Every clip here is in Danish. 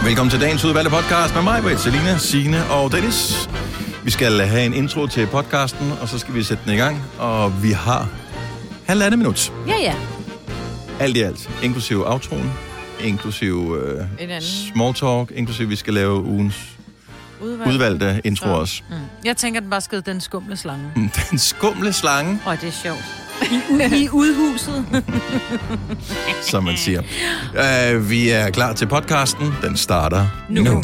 Velkommen til dagens udvalgte podcast med mig, Britt, Selina, Signe og Dennis. Vi skal have en intro til podcasten, og så skal vi sætte den i gang. Og vi har 1,5 minut. Ja. Alt i alt. Inklusive outroen, inklusive small talk, inklusive vi skal lave ugens udvalgte intro også. Jeg tænker, den bare skal den skumle slange. Den skumle slange. Det er sjovt. I udhuset. Som man siger. Vi er klar til podcasten. Den starter nu.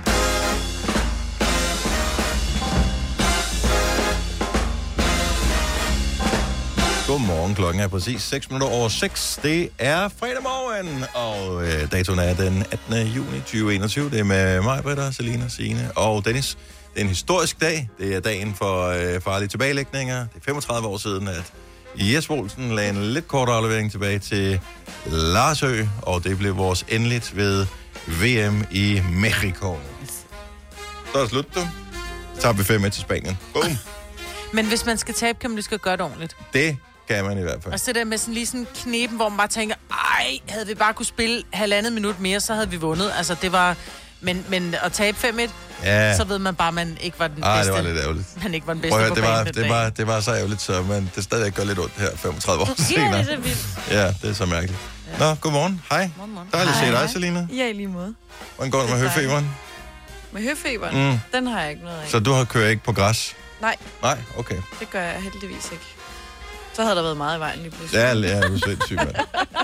Godmorgen, klokken er præcis 6 minutter over 6. Det er fredag morgen, og datoen er den 18. juni 2021. Det er med mig, Britta, Selina, Signe og Dennis. Det er en historisk dag. Det er dagen for farlige tilbagelægninger. Det er 35 år siden, at Jesper Olsen lagde en lidt kortere aflevering tilbage til Larsø, og det blev vores endeligt ved VM i Mexico. Så er det slut, du. Så tager vi 5 til Spanien. Boom. Men hvis man skal tabe, kan man lige skal gøre det ordentligt. Det kan man i hvert fald. Og så der med sådan lige sådan knepen, hvor man bare tænker, havde vi bare kunne spille 1,5 minut mere, så havde vi vundet. Altså det var... Men at tabe 5-1, så ved man bare, at man ikke var den bedste. Det var lidt ærgerligt. Man ikke var den bedste på banen. Det var så ærgerligt, så men det stadig gør lidt ondt her 35 år senere. Det er så vildt. Ja, det er så mærkeligt. Nå, godmorgen. Hej. Dejligt at se dig, Selina. Ja, i lige måde. Hvordan går det med høfeberen? Med høfeberen? Den har jeg ikke noget af. Så du har kørt ikke på græs? Nej. Nej, okay. Det gør jeg heldigvis ikke. Så havde der været meget i vejen lige pludselig. Ja, det er jo sindssygt, mand.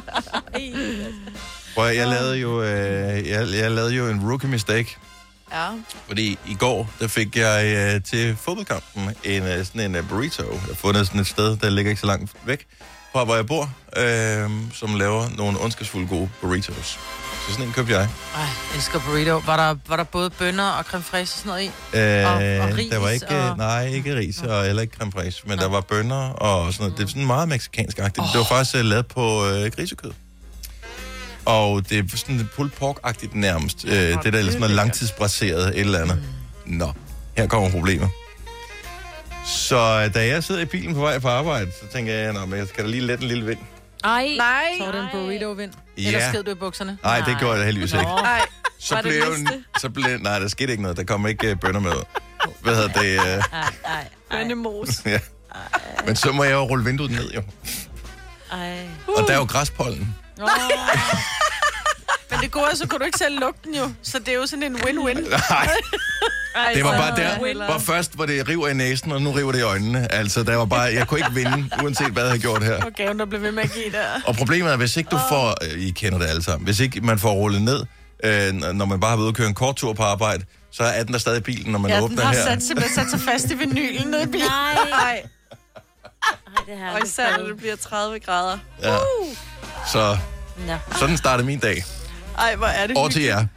Jeg lavede jo en rookie mistake. Ja. Fordi i går, der fik jeg til fodboldkampen sådan en burrito. Jeg har fundet sådan et sted, der ligger ikke så langt væk fra, hvor jeg bor, som laver nogle ondskabsfulde gode burritos. Så sådan en købte jeg. Jeg elsker burrito. Var der både bønner og creme fraiche og sådan noget i? Og ris? Der var ikke, nej, ikke ris og heller ikke creme fraiche, men der var bønner og sådan noget. Det er sådan meget mexicansk-agtigt. Det var faktisk lavet på grisekød. Og det er sådan pulled pork-agtigt nærmest. Det der er sådan noget langtidsbraseret et eller andet. Nå, her kommer problemet. Så da jeg sidder i bilen på vej på arbejde, så tænker jeg, men jeg skal da lige lette en lille vind. Nej. Så var det en burrito-vind? Ja. Eller sked du i bukserne? Nej, det gjorde jeg heldigvis ikke. Nej. Nej, der skete ikke noget. Der kom ikke bønner med. Hvad hedder det? Bønnemos. Ja. Men så må jeg jo rulle vinduet ned, jo. Og der er jo græspollen. Men det gode er, så kunne du ikke selv lugte den jo. Så det er jo sådan en win-win. Nej. Det var bare der, hvor først var det river i næsen, og nu river det i øjnene. Altså, der var bare, jeg kunne ikke vinde, uanset hvad jeg havde gjort her. Okay, der blev ved med at give der. Og problemet er, hvis ikke du får, I kender det alle sammen, hvis ikke man får rullet ned, når man bare har været ude at køre en kort tur på arbejde, så er den der stadig i bilen, når man åbner her. Ja, den har simpelthen sat sig fast i vinylen nede i bilen. Nej. Og især, når det bliver 30 grader. Ja. Så sådan startede min dag. Ej, hvor er det over til jer.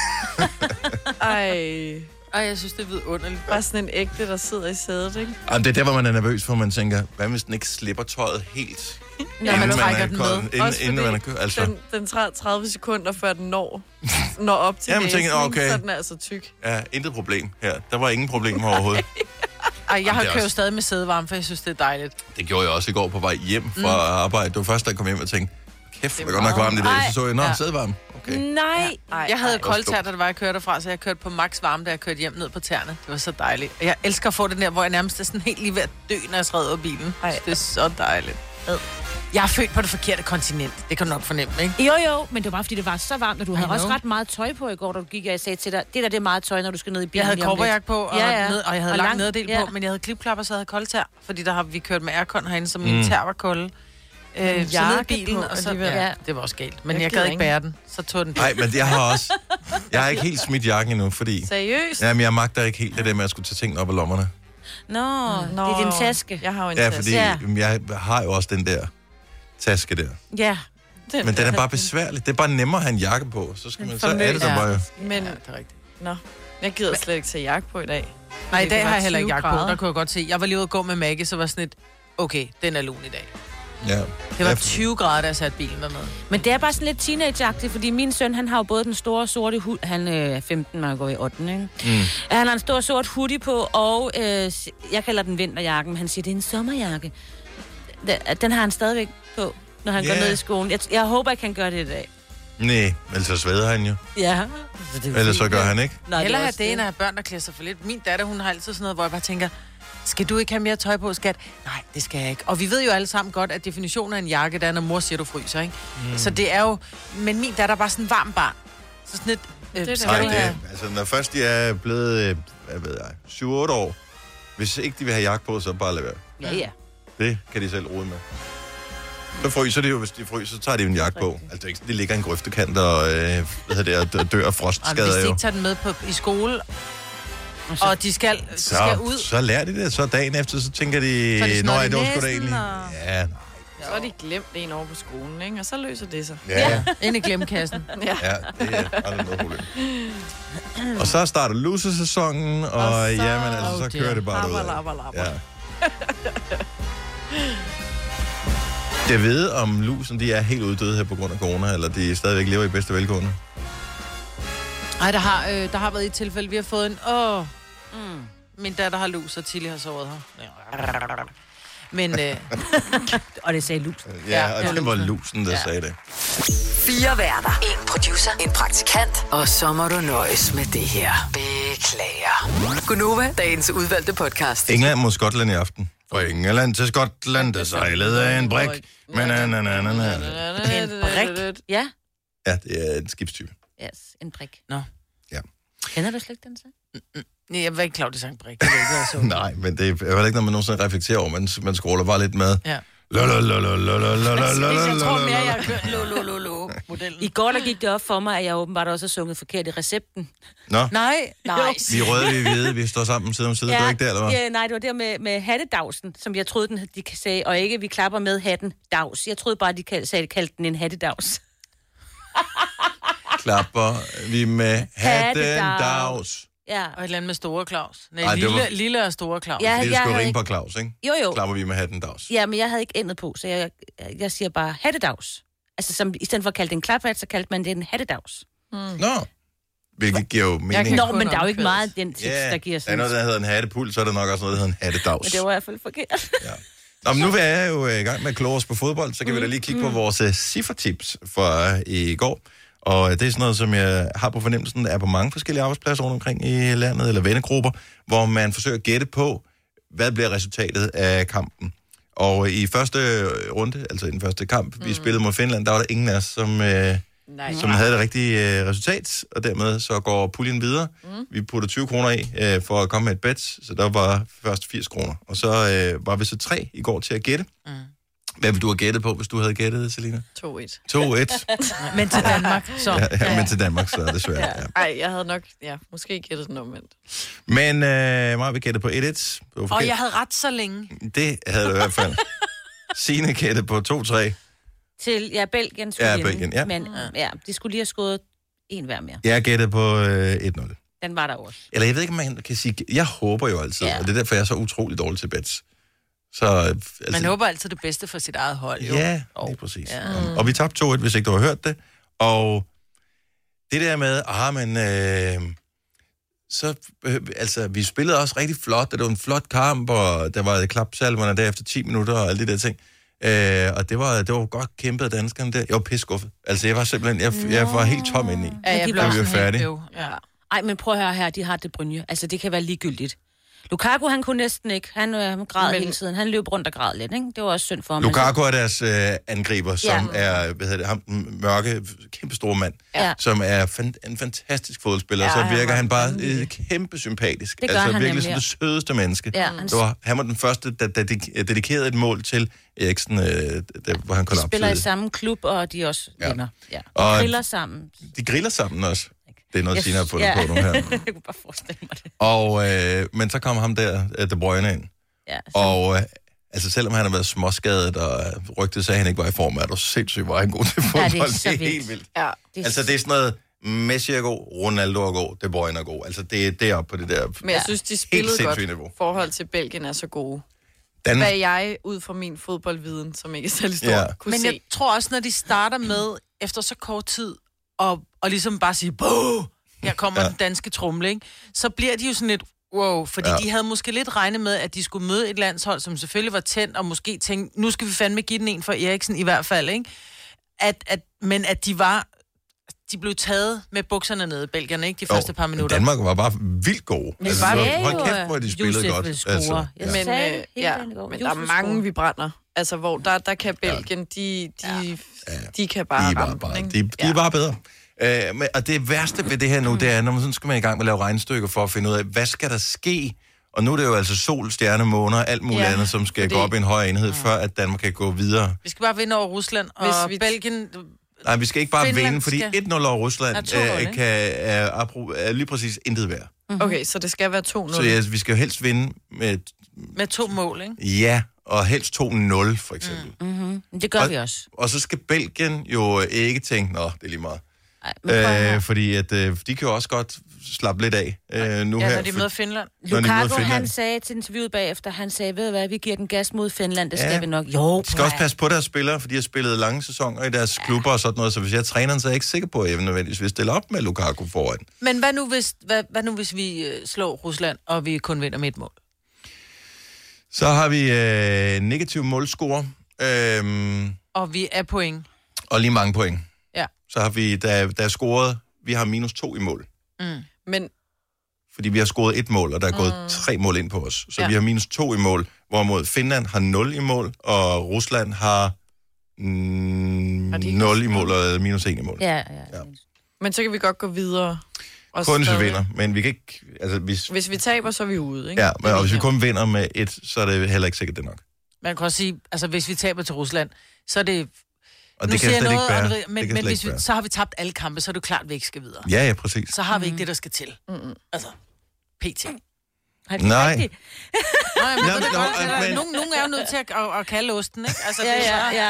Ej, jeg synes, det er vidunderligt. Bare sådan en ægte, der sidder i sædet, ikke? Jamen, det er der, hvor man er nervøs, for man tænker, hvad hvis den ikke slipper tøjet helt? Ja, man trækker den med. Inden man er kørt, altså. Den tager 30 sekunder, før den når op til næsen, okay. så den er altså tyk. Ja, intet problem her. Der var ingen problem overhovedet. Jeg har kørt stadig med sædevarme, for jeg synes, det er dejligt. Det gjorde jeg også i går på vej hjem fra arbejde. Det var først, da jeg kom hjem og tænkte, kæft, det er godt nok varmt i dag. Så så jeg, sædevarme. Okay. Nej. Jeg havde koldt tær, da det var, jeg kørte derfra, så jeg kørte på max varme, da jeg kørte hjem ned på tæerne. Det var så dejligt. Og jeg elsker at få den der, hvor jeg nærmest er sådan helt lige ved at dø, når jeg træder ud af bilen. Det er så dejligt. Jeg er født på det forkerte kontinent. Det kan du nok fornemme, ikke? Jo, men det var bare, fordi det var så varmt, og du havde også ret meget tøj på i går, da du gik, og jeg sagde til dig, det er meget tøj, når du skal ned i bilen. Jeg havde korperjakke på, og jeg havde lang nederdel på, men jeg havde klipklapper, så jeg havde koldt tær, fordi der har vi kørt med aircon herinde, så min tær var kolde. Så ned i bilen, og så... Ja, det var også galt. Men jeg gad ikke bære den, så tog den. Nej, men jeg har ikke helt smidt jakken endnu, fordi... Seriøst? Jamen, jeg magter ikke helt det der med at skulle tage tingene op af lommerne. Nå, det er din taske. Jeg har jo en taske. Ja, fordi jeg har jo også den der taske der. Ja. Men den er bare besværlig. Det er bare nemmere at have en jakke på. Så skal man så er det der bare... Men det er rigtigt. Nå, jeg gider slet ikke tage jakke på i dag. Nej, i dag har jeg heller ikke jakke på. Der kunne jeg godt se. Jeg var lige ude at gå med Maggie, så var sådan et, okay, den er lun i dag. Ja. Det var 20 grader, da jeg satte bilen dernede. Men det er bare sådan lidt teenage-agtigt, fordi min søn, han har jo både den store sorte hud, han er 15, når jeg går i 8. Ikke? Han har en stor sort hoodie på, og jeg kalder den vinterjakken, men han siger, det er en sommerjakke. Den har han stadigvæk på, når han går ned i skolen. Jeg håber ikke, han gør det i dag. Nej, ellers så sveder han jo. Ja. Ellers så gør han ikke. Nej, heller have det, end at have børn, der klæder sig for lidt. Min datter, hun har altid sådan noget, hvor jeg bare tænker, skal du ikke have mere tøj på, skat? Nej, det skal jeg ikke. Og vi ved jo alle sammen godt, at definitionen af en jakke, der er, når mor siger, du fryser, ikke? Så det er jo... Men min datter er bare sådan en varm barn. Så sådan et... Altså, når først de er blevet, 7-8 år, hvis ikke de vil have jakke på, så bare lad være. Ja. Det kan de selv rode med. Så fryser de jo, hvis de fryser, så tager de jo en jakke på. Altså, ikke, de ligger i en grøftekant og dør af frostskader. Hvis de jo. ikke tager den med i skole, og de skal ud... Så lærer de det, så dagen efter, så tænker de, det var sgu da egentlig. Ja, nej. Så har de glemt en over på skolen, ikke? Og så løser det sig. Ja. Ind i glemkassen. Ja, det er aldrig noget problem. Og så starter loser-sæsonen, og jamen, altså, så kører det bare ud. Ja. Jeg ved, om lusen, de er helt uddøde her på grund af corona, eller de stadigvæk lever i bedste velgående. Nej, der har været et tilfælde, vi har fået en... Min datter har lus, og Tilly har sovet her. Men... og det sagde lusen. Ja, og det var lusen, der sagde det. 4 værter. 1 producer. 1 praktikant. Og så må du nøjes med det her. Beklager. Gunova, dagens udvalgte podcast. England mod Skotland i aften. Fra England til Skotland, der sejlede af en brik. Men En brik? Ja. Ja, det er en skibstype. Yes, en brik. Nå. Ja. Kender du slet ikke den så? Nej, jeg var ikke klar, det sang brik. Det var ikke, Nej, men det er jo ikke noget, man nogensinde reflekterer over, men man scroller bare lidt med. Ja. Jeg tror mere, jeg har kørt modellen. I går der gik det op for mig, at jeg åbenbart også har sunget forkert i recepten. Nå, Nej. vi er røde, vi er hvide, vi står sammen side om side. Ja, det var ikke det, eller hvad? Ja, nej, det var der med hattedagsen, som jeg troede, de sagde, og ikke, vi klapper med hatten dags. Jeg troede bare, de kaldte den en hattedags. Klapper vi med hatten dags. Ja. Og et eller andet med Store Claus. Nej, Ej, lille og Store Claus. Ja, Det skulle ringe på Claus, ikke? Jo. Klapper vi med hatten dags. Ja, men jeg havde ikke endet på, så jeg siger bare hattedags. Altså, som, i stedet for at kalde det en klaphat, så kaldte man det en hattedags. Nå, hvilket giver jo mening. Nå, men der er jo ikke meget den tekst, der giver sådan. Ja, der er noget, der hedder en hattepul, så er der nok også noget, der hedder en hattedags. Men det var i hvert fald forkert. Ja. Nå, men nu er jeg jo i gang med at kloge os på fodbold, så kan vi da lige kigge på vores ciffertips fra i går. Og det er sådan noget, som jeg har på fornemmelsen, er på mange forskellige arbejdspladser rundt omkring i landet, eller vennegrupper, hvor man forsøger at gætte på, hvad bliver resultatet af kampen. Og i første runde, altså i den første kamp, vi spillede mod Finland, der var der ingen af os, som havde det rigtige resultat, og dermed så går puljen videre. Vi putter 20 kroner i for at komme med et bet, så der var først 80 kroner. Og så var vi så 3 i går til at gætte. Hvad ville du have gættet på, hvis du havde gættet, Selina? 2-1. 2-1. Men til Danmark, så. Ja, men til Danmark, så er det svært. Ja. Ej, jeg havde nok, måske gættet den omvendt. Men mig vil gætte på 1-1. Og jeg havde ret så længe. Det havde du i hvert fald. Signe gætte på 2-3. Til, Belgien skulle vinde. Belgien, ja. Men de skulle lige have skåret en hver mere. Jeg gættede på 1-0. Den var der også. Eller jeg ved ikke, om man kan sige... Jeg håber jo altid, og det er derfor, jeg er så utrolig dårlig til bets. Så, altså, man håber altid det bedste for sit eget hold, jo. Ja, lige præcis. Ja. Og vi tabte 2-1, hvis ikke du har hørt det. Og det der med, altså, vi spillede også rigtig flot, og det var en flot kamp, og der var klapsalverne der efter 10 minutter, og alle de der ting. Og det var godt kæmpet af danskerne der. Jeg var pissekuffet. Altså, jeg var simpelthen, jeg var helt tom indeni. Ja, jeg blev også færdige. Ej, men prøv at høre her, de har det Brynje. Altså, det kan være ligegyldigt. Lukaku, han kunne næsten ikke. Han græd hele tiden. Han løb rundt og græd lidt, ikke? Det var også synd for ham. Lukaku er deres angriber, som er, ham den mørke, kæmpe store mand, som er en fantastisk fodboldspiller. Så virker han bare kæmpe sympatisk. Det gør altså han virkelig nemlig, som det sødeste menneske. Ja, han var den første, der dedikerede et mål til Eriksen, hvor han kollapsede. De spiller i samme klub, og de er også venner. Ja. De griller sammen. De griller sammen også. Det er noget, Signe har fundet på nu her. Jeg kunne bare forestille mig det. Og, men så kom ham der, De Bruyne ind. Ja, og altså selvom han har været småskadet, og rygtet sagde, at han ikke var i form, er du sindssygt, hvor han god til fodbold. Ja, det er så det er helt vildt. Ja. Altså det er sådan noget, Messi er god, Ronaldo er god, De Bruyne er god. Altså det er oppe på det der. Men jeg synes, de spillede godt. Niveau. Forhold til Belgien er så gode. Hvad jeg, ud fra min fodboldviden, som ikke er særlig stor, kunne men se. jeg tror også, når de starter med, efter så kort tid, og ligesom bare sige, Boo! Her kommer den danske tromle, ikke? Så bliver de jo sådan lidt, wow, fordi de havde måske lidt regnet med, at de skulle møde et landshold, som selvfølgelig var tændt, og måske tænkte, nu skal vi fandme give den en for Eriksen i hvert fald, ikke? Men at de var de blev taget med bukserne nede, belgierne, ikke? De første par minutter. Danmark var bare vildt gode. Altså, hold kæft, hvor de spillede godt. Altså, men der er mange, vi brænder. Altså, hvor der kan Belgien, de kan bare ramme. De er bare bedre. Og det værste ved det her nu, det er, når man sådan skal man i gang med at lave regnestykker for at finde ud af, hvad skal der ske? Og nu er det jo altså sol, stjerne, måner, alt muligt andet, som skal gå op i en højere enhed, før at Danmark kan gå videre. Vi skal bare vinde over Rusland, og Belgien... Nej, vi skal ikke bare vinde, fordi 1-0 over Rusland er lige præcis intet værd. Okay, så det skal være 2-0. Så vi skal jo helst vinde med 2 mål, ikke? Ja, og helst 2-0, for eksempel. Det gør vi også. Og så skal Belgien jo ikke tænke, det er lige meget. Fordi at, de kan jo også godt slappe lidt af nu her. Når de møder Finland. Lukaku, han sagde til interviewet bagefter, han sagde, ved du hvad, vi giver den gas mod Finland, det skal vi nok. Jo, de skal også passe på deres spillere, for de har spillet lange sæsoner i deres klubber og sådan noget, så hvis jeg er træneren, så er jeg ikke sikker på, at jeg nødvendigvis vil stille op med Lukaku foran. Men hvad nu hvis vi slår Rusland, og vi kun vinder med 1 mål? Så har vi negativ målscore. Og vi er point. Og lige mange point. Ja. Så har vi, der er scoret, vi har -2 i mål. Men... Fordi vi har scoret 1 mål, og der er gået 3 mål ind på os. Så vi har -2 i mål, hvorimod Finland har 0 i mål, og Rusland har 0 i mål og -1 i mål. Ja. Men så kan vi godt gå videre. Kun hvis vi vinder, men vi kan ikke... Altså, hvis vi taber, så er vi ude, ikke? Ja, men og hvis vi kun vinder med 1, så er det heller ikke sikkert det nok. Man kan også sige, altså hvis vi taber til Rusland, så er det... Og det kan slet ikke bære. Men hvis vi, så har vi tabt alle kampe, så er det klart, at vi ikke skal videre. Ja, præcis. Så har vi ikke det, der skal til. Altså, PT. Nej. Nej, men nogen er jo nødt til at kalde osten, ikke? Altså, ja.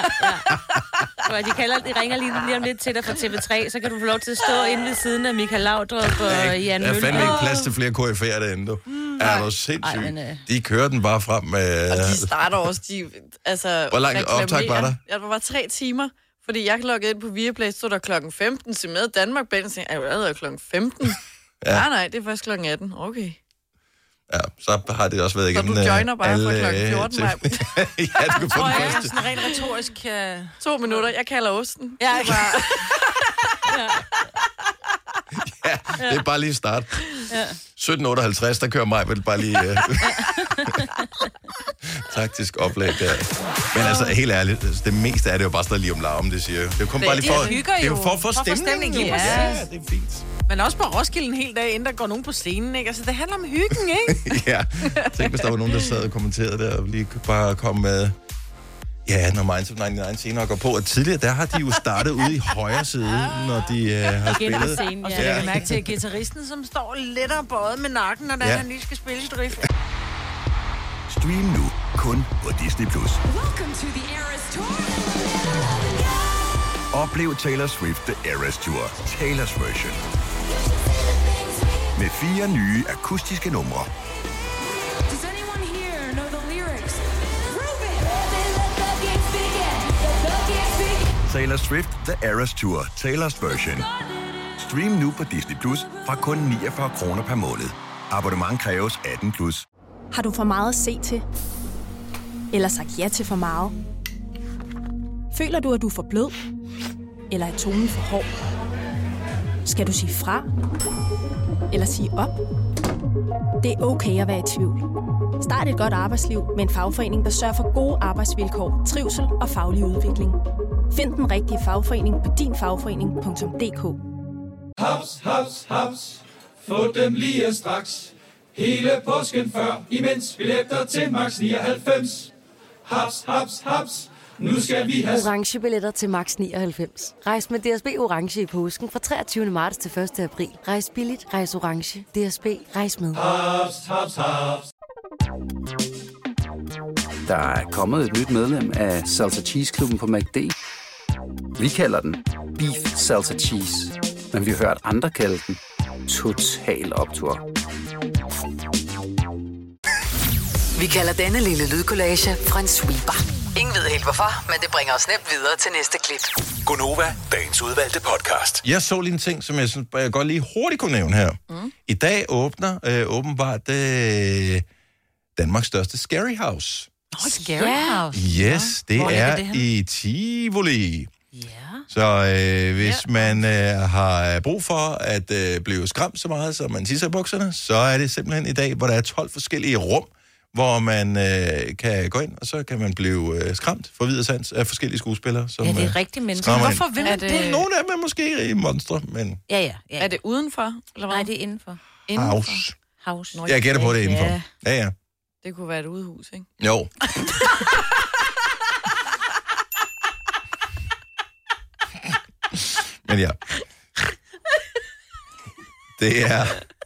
De ringer lige om lidt til dig fra TV3, så kan du få lov til at stå inde ved siden af Michael Laudrup og Jan Møller. Der er fandme ikke plads til flere KF'er derinde, du. Er du sindssygt? De kører den bare frem med... Og de starter også, hvor langt optag var der? Ja, der var 3 timer. Fordi jeg loggede ind på Viaplay, stod der klokken 15, så med Danmark, Belgien, så jeg allerede klokken 15. Nej, det er først klokken 18. Okay. Ja, så har det også været igennem... Så du joiner bare fra klokken 14, Maja. Ja, du kan få den første. første. Sådan rent retorisk... 2 minutter, jeg kalder osten. Ja, det er bare lige start. 17:58, der kører mig vel bare lige... taktisk oplæg der. Men altså, helt ærligt, det meste er det jo bare stadig lige om larm, det siger jo. Det er jo kun bare lige for... Det er jo for at få stemning. Ja, det er fint. Men også på Roskilde en hel dag, inden der går nogen på scenen, ikke? Altså, det handler om hyggen, ikke? Ja. Tænk, hvis der var nogen, der sad og kommenterede der, og lige bare komme med... Ja, når Minds of 99 senere går på. Og tidligere, der har de jo startet ude i højre side, når de har spillet. Scenen, og så lægger jeg mærke til guitaristen, som står lidt og bøjet med nakken, når han lige skal spille sit riff. Stream nu kun på Disney+. Oplev Taylor Swift The Eras Tour, Taylor's version. Med 4 nye akustiske numre. Taylor Swift The Eras Tour, Taylor's version. Stream nu på Disney Plus fra kun 49 kroner per måned. Abonnement kræves 18+. Har du for meget at se til? Eller sagt ja til for meget? Føler du, at du er for blød? Eller er tonen for hård? Skal du sige fra? Eller sige op? Det er okay at være i tvivl. Start et godt arbejdsliv med en fagforening, der sørger for gode arbejdsvilkår, trivsel og faglig udvikling. Find den rigtige fagforening på dinfagforening.dk. Haps, haps, haps. Få dem lige straks. Hele påsken før, imens billetter til max 99. Haps, haps, haps. Nu skal vi have orange billetter til max 99. Rejs med DSB Orange i påsken fra 23. marts til 1. april. Rejs billigt, rejs orange. DSB, rejs med. haps, haps, haps. Der er kommet et nyt medlem af Salsa Cheese Klubben på McD. Vi kalder den Beef Salsa Cheese, men vi har hørt andre kalde den Total Optur. Vi kalder denne lille lydkollage en sweeper. Ingen ved helt hvorfor, men det bringer os nemt videre til næste klip. Gonova, dagens udvalgte podcast. Jeg så lige en ting, som jeg synes, jeg godt lige hurtigt kunne nævne her. I dag åbner åbenbart Danmarks største Scary House. Scary House? Yes, det er i Tivoli. Ja. Så hvis man har brug for at blive skræmt så meget, som man tisser i bukserne, så er det simpelthen i dag, hvor der er 12 forskellige rum, hvor man kan gå ind, og så kan man blive skræmt for videre sans af forskellige skuespillere. Som, det er rigtig mennesker. Hvorfor vil man det? Nogle af dem er måske i monstre, men... Ja. Er det udenfor? Eller hvad? Nej, det er indenfor. House. Jeg gætter på det indenfor. Ja. Det kunne være et udehus, ikke? Jo. Men ja. Det er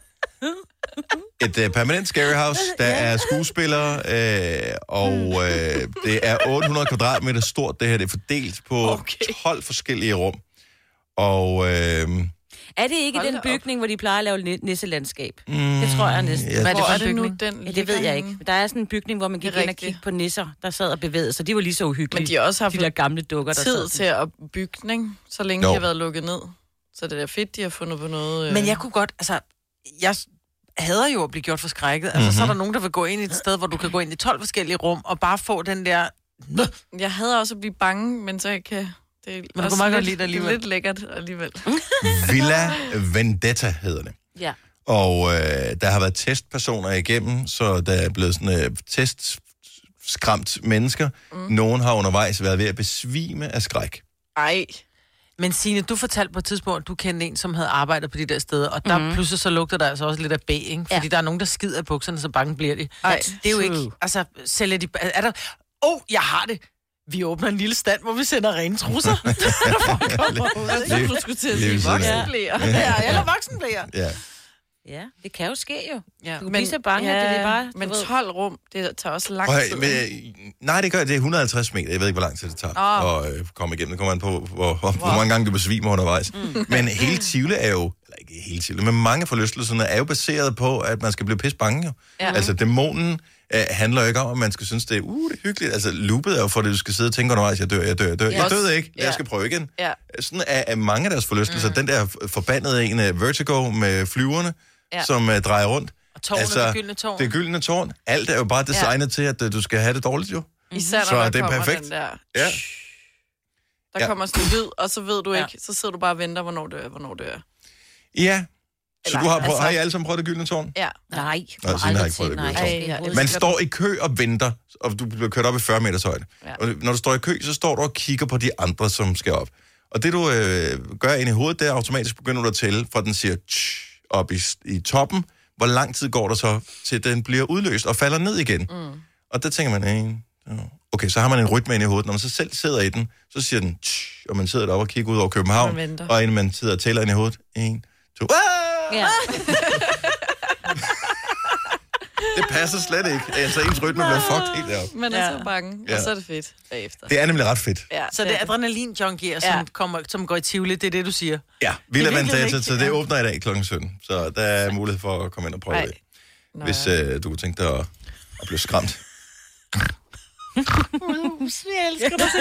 et permanent scary house. Der er skuespillere, og det er 800 kvadratmeter stort. Det her det er fordelt på 12 forskellige rum. Og... er det ikke den bygning, hvor de plejer at lave nisselandskab? Det tror jeg næsten. Hvad er det for en bygning? Det ved jeg ikke. Der er sådan en bygning, hvor man gik ind og kigge på nisser, der sad og bevægede sig. De var lige så uhyggelige. Men de har også haft de der gamle dukker, der tid til at bygge, ikke? Så længe de har været lukket ned. Så det er fedt, de har fundet på noget... Men jeg kunne godt... Altså, jeg hader jo at blive gjort forskrækket. Altså, så er der nogen, der vil gå ind i et sted, hvor du kan gå ind i 12 forskellige rum, og bare få den der... Jeg hader også at blive bange, men så jeg kan... Det er men du kunne meget godt lide det alligevel. Lidt lækkert alligevel. Villa Vendetta hedder det. Ja. Og der har været testpersoner igennem, så der er blevet sådan testskræmt mennesker. Nogen har undervejs været ved at besvime af skræk. Ej. Men Signe, du fortalte på et tidspunkt, at du kendte en, som havde arbejdet på de der steder, og der pludselig så lugter der altså også lidt af bæ, ikke? Fordi der er nogen, der skider i bukserne, så bange bliver de. Ej, det er jo ikke... Altså, sælger de... Er der... jeg har det! Vi åbner en lille stand, hvor vi sender rene trusser. Du skulle til at sige voksenblæer. Ja, eller voksenblæer. Ja, det kan jo ske jo. Ja. Du kan blive så bange, at det er bare... Men 12 rum, det tager også lang tid. Nej, det gør det. Det er 150 meter. Jeg ved ikke, hvor lang tid det tager at komme igennem. Det kommer an på, hvor mange gange du besvimer undervejs. Men hele Tivoli er jo... Eller ikke hele Tivoli, men mange forlystelserne er jo baseret på, at man skal blive pisse bange. Jo. Ja. Altså, dæmonen handler jo ikke om, at man skal synes, det er hyggeligt. Altså, loopet er jo for, at du skal sidde og tænke undervejs, jeg dør. Jeg døde ikke, jeg skal prøve igen. Ja. Sådan er mange af deres forlystelser. Den der forbandede en Vertigo med flyverne, som drejer rundt. Og tårnet, altså, det gyldne tårn. Det gyldne tårn. Alt er jo bare designet til, at du skal have det dårligt, jo. Især så det er perfekt. Den der. Ja. Der kommer sådan en lyd, og så ved du ikke, så sidder du bare og venter, hvornår dør. Ja. Så du har I alle sammen prøvet det gyldne tårn? Ja. Nej. Nå, siden har ikke prøvet det gyldne tårn. Man står i kø og venter, og du bliver kørt op i 40 meters højde. Ja. Og når du står i kø, så står du og kigger på de andre, som skal op. Og det du gør ind i hovedet, det er automatisk begynder du at tælle, fra den siger op i toppen. Hvor lang tid går der så, til den bliver udløst og falder ned igen? Og der tænker man, okay, så har man en rytme ind i hovedet. Når man så selv sidder i den, så siger den, og man sidder deroppe og kigger ud over København, og inden man sidder og tæller ind i hovedet, 1, 2, ja. Det passer slet ikke. Altså, ens rytme bliver fucked helt deroppe. Man er så bange, og så er det fedt bagefter. Det er nemlig ret fedt. Ja, så det er adrenalin-junkier, som går i Tivoli, det er det, du siger? Ja, Villa Vendetta, så det åbner i dag kl. 17. Så der er mulighed for at komme ind og prøve det. Hvis du kunne tænke dig at blive skræmt. Jeg elsker dig.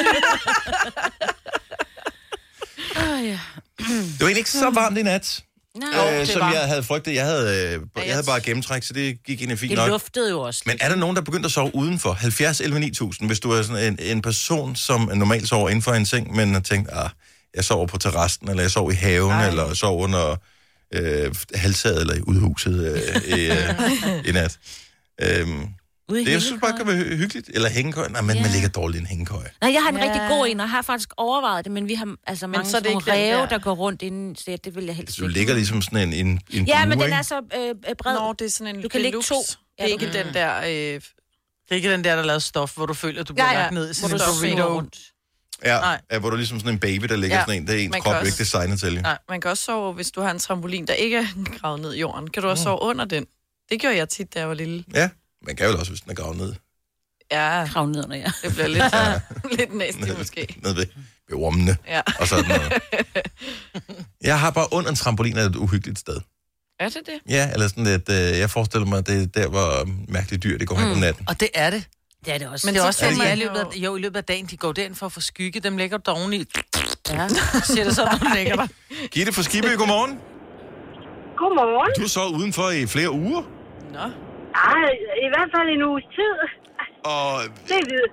Det var egentlig ikke så varmt i nat. Som jeg havde frygtet. Jeg havde bare gennemtræk, så det gik ind i fint nok. Det luftede jo også. Men er der nogen, der begyndte at sove udenfor? 70 11 9000, hvis du er sådan en person, som normalt sover inden for en seng, men har tænkt, jeg sover på terrassen, eller jeg sover i haven, eller jeg sover under halvtaget, eller i udhuset i nat. Jeg synes bare, det kan være hyggeligt. Eller hængekøj. Nej, men man ligger dårligt i en hængekøj. Nej, jeg har en rigtig god en, og har faktisk overvejet det, men vi har altså mange sådan nogle ræve, der går rundt inden, så det vil jeg helst ikke. Du ligger ligesom sådan en ja, men den er så bred. Nå, det er sådan en... Du kan ligge 2. Det er ikke den der... Det er ikke den der lavede stof, hvor du føler, at du bliver lagt ned i sådan en burrito. Ja, hvor du ligesom sådan en baby, der ligger sådan en, det er ens krop ikke designet til. Nej, man kan også sove, hvis du har en trampolin, der ikke er gravet ned i jorden. Kan du også sove under den? Det gjorde jeg tit, da jeg var lille. Ja. Man kan jo også, hvis den er gravet ned. Ja. Gravet ned, ja. Det bliver lidt næstigt, måske. Ned ved ormene. Ja. Og sådan noget. Jeg har bare under en trampolin af et uhyggeligt sted. Er det det? Ja, eller sådan lidt, jeg forestiller mig, at det er der, hvor mærkelige dyr, det går hen om natten. Og det er det. Det er det også. Men det er også, at i løbet af dagen, de går derind for at få skygge. Dem lægger du oveni. Ja. Siger det så, når du lægger dig. Gitte fra Skibø, godmorgen. Godmorgen. Du så udenfor i flere uger. Nå. Ej, i hvert fald en uges tid. Og det er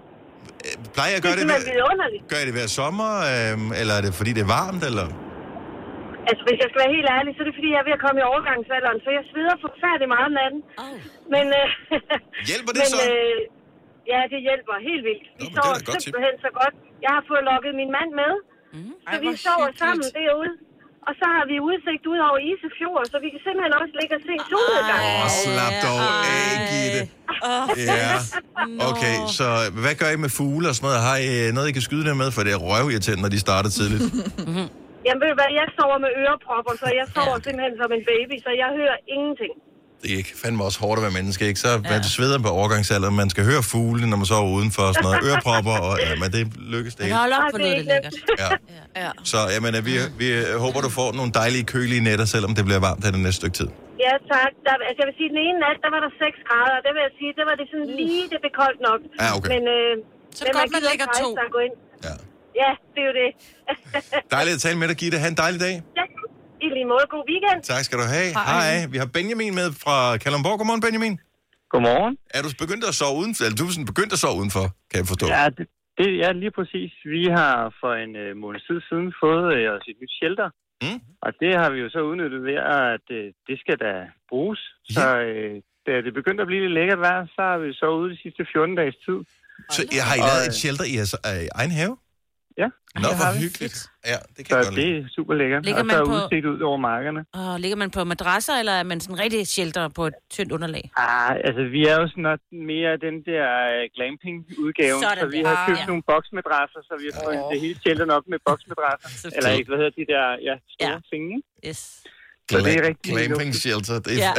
plejer jeg at gøre det gør I det hver sommer, eller er det fordi det er varmt, eller? Altså, hvis jeg skal være helt ærlig, så er det fordi, jeg er ved at komme i overgangsalderen, så jeg sveder forfærdeligt meget om natten. Men, hjælper det så? Ja, det hjælper helt vildt. Vi sover simpelthen så godt. Jeg har fået lukket min mand med, så vi sover sammen derude. Og så har vi udsigt ud over Isefjord, så vi kan simpelthen også ligge og se solnedgangen. Slap dog af, Gitte. Ja, okay. Så hvad gør I med fugle og sådan noget? Har I noget, I kan skyde dem med? For det er røvirriterende, når de starter tidligt. Jamen ved du hvad, jeg sover med ørepropper, så jeg sover simpelthen som en baby, så jeg hører ingenting. Det er ikke fandme også hårdt at være menneske, ikke? Så man sveder på overgangsalderen. Man skal høre fugle, når man sover udenfor og sådan noget. Ørepropper, og men det lykkes det ikke. Hold op for noget, det lækkert. Ja. Så jamen, vi håber, du får nogle dejlige, kølige nætter, selvom det bliver varmt her det næste stykke tid. Ja, tak. Altså, jeg vil sige, den ene nat, der var der 6 grader, og det vil jeg sige, det var det sådan lige, det blev koldt nok. Ja, okay. Men, så det godt, man lægger 2. Ja, det er jo det. Dejligt at tale med dig, Gitte. Ha' en dejlig dag. Ja, i lige måde. God weekend. Tak skal du have. Hej. Vi har Benjamin med fra Kalundborg. Godmorgen, Benjamin. Godmorgen. Er du begyndt at sove udenfor? Eller du er sådan begyndt at sove udenfor, kan jeg forstå? Ja, ja, lige præcis. Vi har for en måned siden fået os et nyt shelter. Og det har vi jo så udnyttet ved, at det skal da bruges. Så da det begyndte at blive lidt lækkert vejr, så har vi så ude de sidste 14 dages tid. Så har I lavet et shelter i jeres egen have? Ja. Nå, hvor hyggeligt. Ja, det kan jeg godt lide. Det er super lækkert. Ligger og så er udsigt ud over markerne. Ligger man på madrasser, eller er man sådan rigtig shelter på et tyndt underlag? Altså, vi er jo sådan mere den der glamping-udgave. Så vi har købt nogle boksmadrasser, så vi har fået det hele shelteren op med boksmadrasser. Eller ikke, hvad hedder de der store ting, ikke? Yes. Så det er rigtig glamping shelter. Det er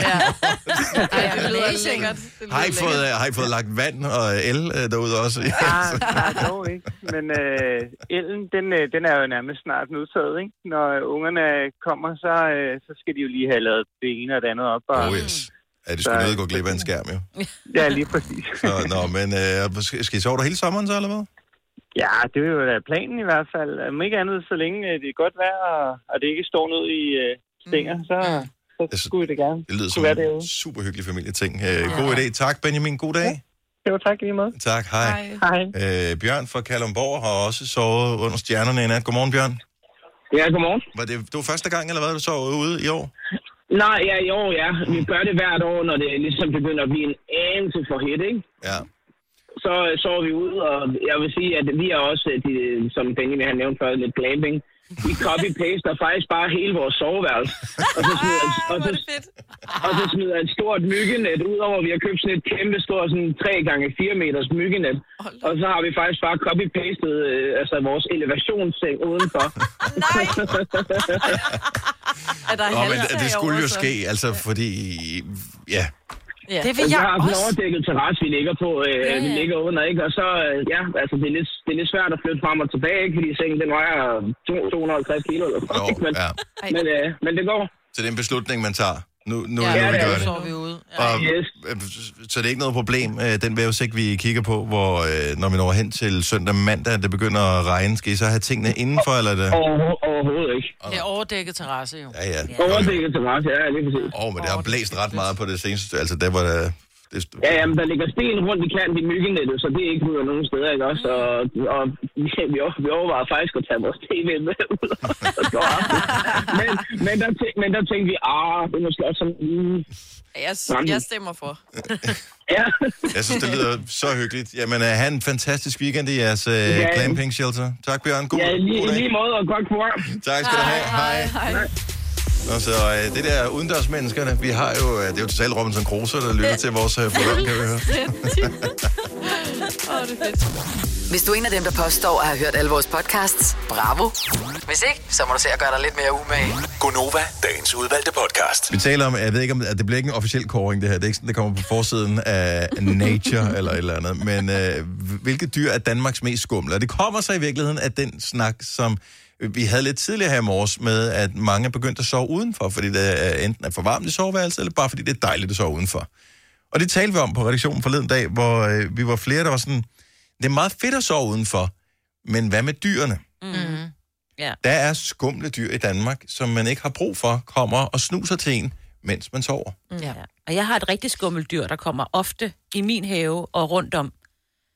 det er sikkert. Har I fået lagt vand og el derude også? Nej, dog ikke. Men elen, den er jo nærmest snart udtaget, ikke? Når ungerne kommer, så skal de jo lige have lavet det ene og det andet op. Og, yes. Ja, det skulle nødt gå glip af en skærm, jo. Ja, lige præcis. Men skal I sove der hele sommeren så, eller hvad? Ja, det vil jo være planen i hvert fald. Om ikke andet, så længe det er godt vejr, og det ikke står ned i stænger, så skulle det gerne. Det lyder som en super hyggelig familieting. God idé. Tak, Benjamin. God dag. Ja. Jo, tak lige meget. Tak, hej. Bjørn fra Kalundborg har også sovet under stjernerne i nat. Godmorgen, Bjørn. Ja, godmorgen. Var det første gang, eller hvad, du sov ude i år? Nej, ja, i år, ja. Vi gør det hvert år, når det ligesom begynder at blive en anelse for hit, ikke? Ja. Så sover vi ud, og jeg vil sige, at vi er også, som Benjamin har nævnt før, lidt glamping. Vi copy-paster faktisk bare hele vores soveværelse. Og så smider et stort myggenet ud over. Vi har købt sådan et kæmpe stort, sådan 3x4 meters myggenet. Og så har vi faktisk bare copy-pastet vores elevationsseng udenfor. Nej! Men det skulle jo ske, altså fordi, ja. Ja. Det vil jeg har også. En overdækket terrasse, vi ligger på, vi ligger under, ikke? Og så, altså det er lidt svært at flytte frem og tilbage, ikke? Fordi sengen, den vejer 250 kilo eller sådan, men det går. Så det er en beslutning, man tager. Nu vi gør det. Så vi ude. Så det er ikke noget problem, den vævesæk, vi kigger på, hvor når vi når hen til søndag mandag, det begynder at regne. Skal I så have tingene indenfor, eller det? Overhovedet ikke. Det er overdækket terrasse, jo. Ja. Overdækket terrasse, ja, lige præcis. Men det har blæst ret meget på det seneste. Altså, der var der... Ja, men der ligger sten rundt i kanten i myggenettet, så det er ikke ud af nogen steder, ikke også? Og vi overvejer faktisk at tage vores tv med ud og gå op. Men der tænkte vi, det er måske også sådan... Jeg stemmer for. Ja. Jeg synes, det lyder så hyggeligt. Jamen, have en fantastisk weekend i jeres glamping shelter. Tak, Bjørn. God dag. Lige måde, og godt program. Tak skal du have. Hej. Og så det der udendørsmenneskerne, vi har jo, det er jo totalt Robinson Crusoe, der lytter til vores program, kan vi høre. Det er fedt. Hvis du er en af dem, der påstår at have hørt alle vores podcasts, bravo. Hvis ikke, så må du se at gøre dig lidt mere umage. Gonova, dagens udvalgte podcast. Vi taler om, jeg ved ikke om, at det bliver ikke en officiel kåring, det her. Det er ikke sådan, det kommer på forsiden af Nature eller et eller andet. Men hvilket dyr er Danmarks mest skumle? Og det kommer så i virkeligheden af den snak, som vi havde lidt tidligere her i morges med, at mange er begyndt at sove udenfor, fordi det enten er for varmt i soveværelset, eller bare fordi det er dejligt at sove udenfor. Og det talte vi om på redaktionen forleden dag, hvor vi var flere, der var sådan, det er meget fedt at sove udenfor, men hvad med dyrene? Mm-hmm. Yeah. Der er skumle dyr i Danmark, som man ikke har brug for, kommer og snuser til en, mens man sover. Ja. Og jeg har et rigtig skummelt dyr, der kommer ofte i min have og rundt om.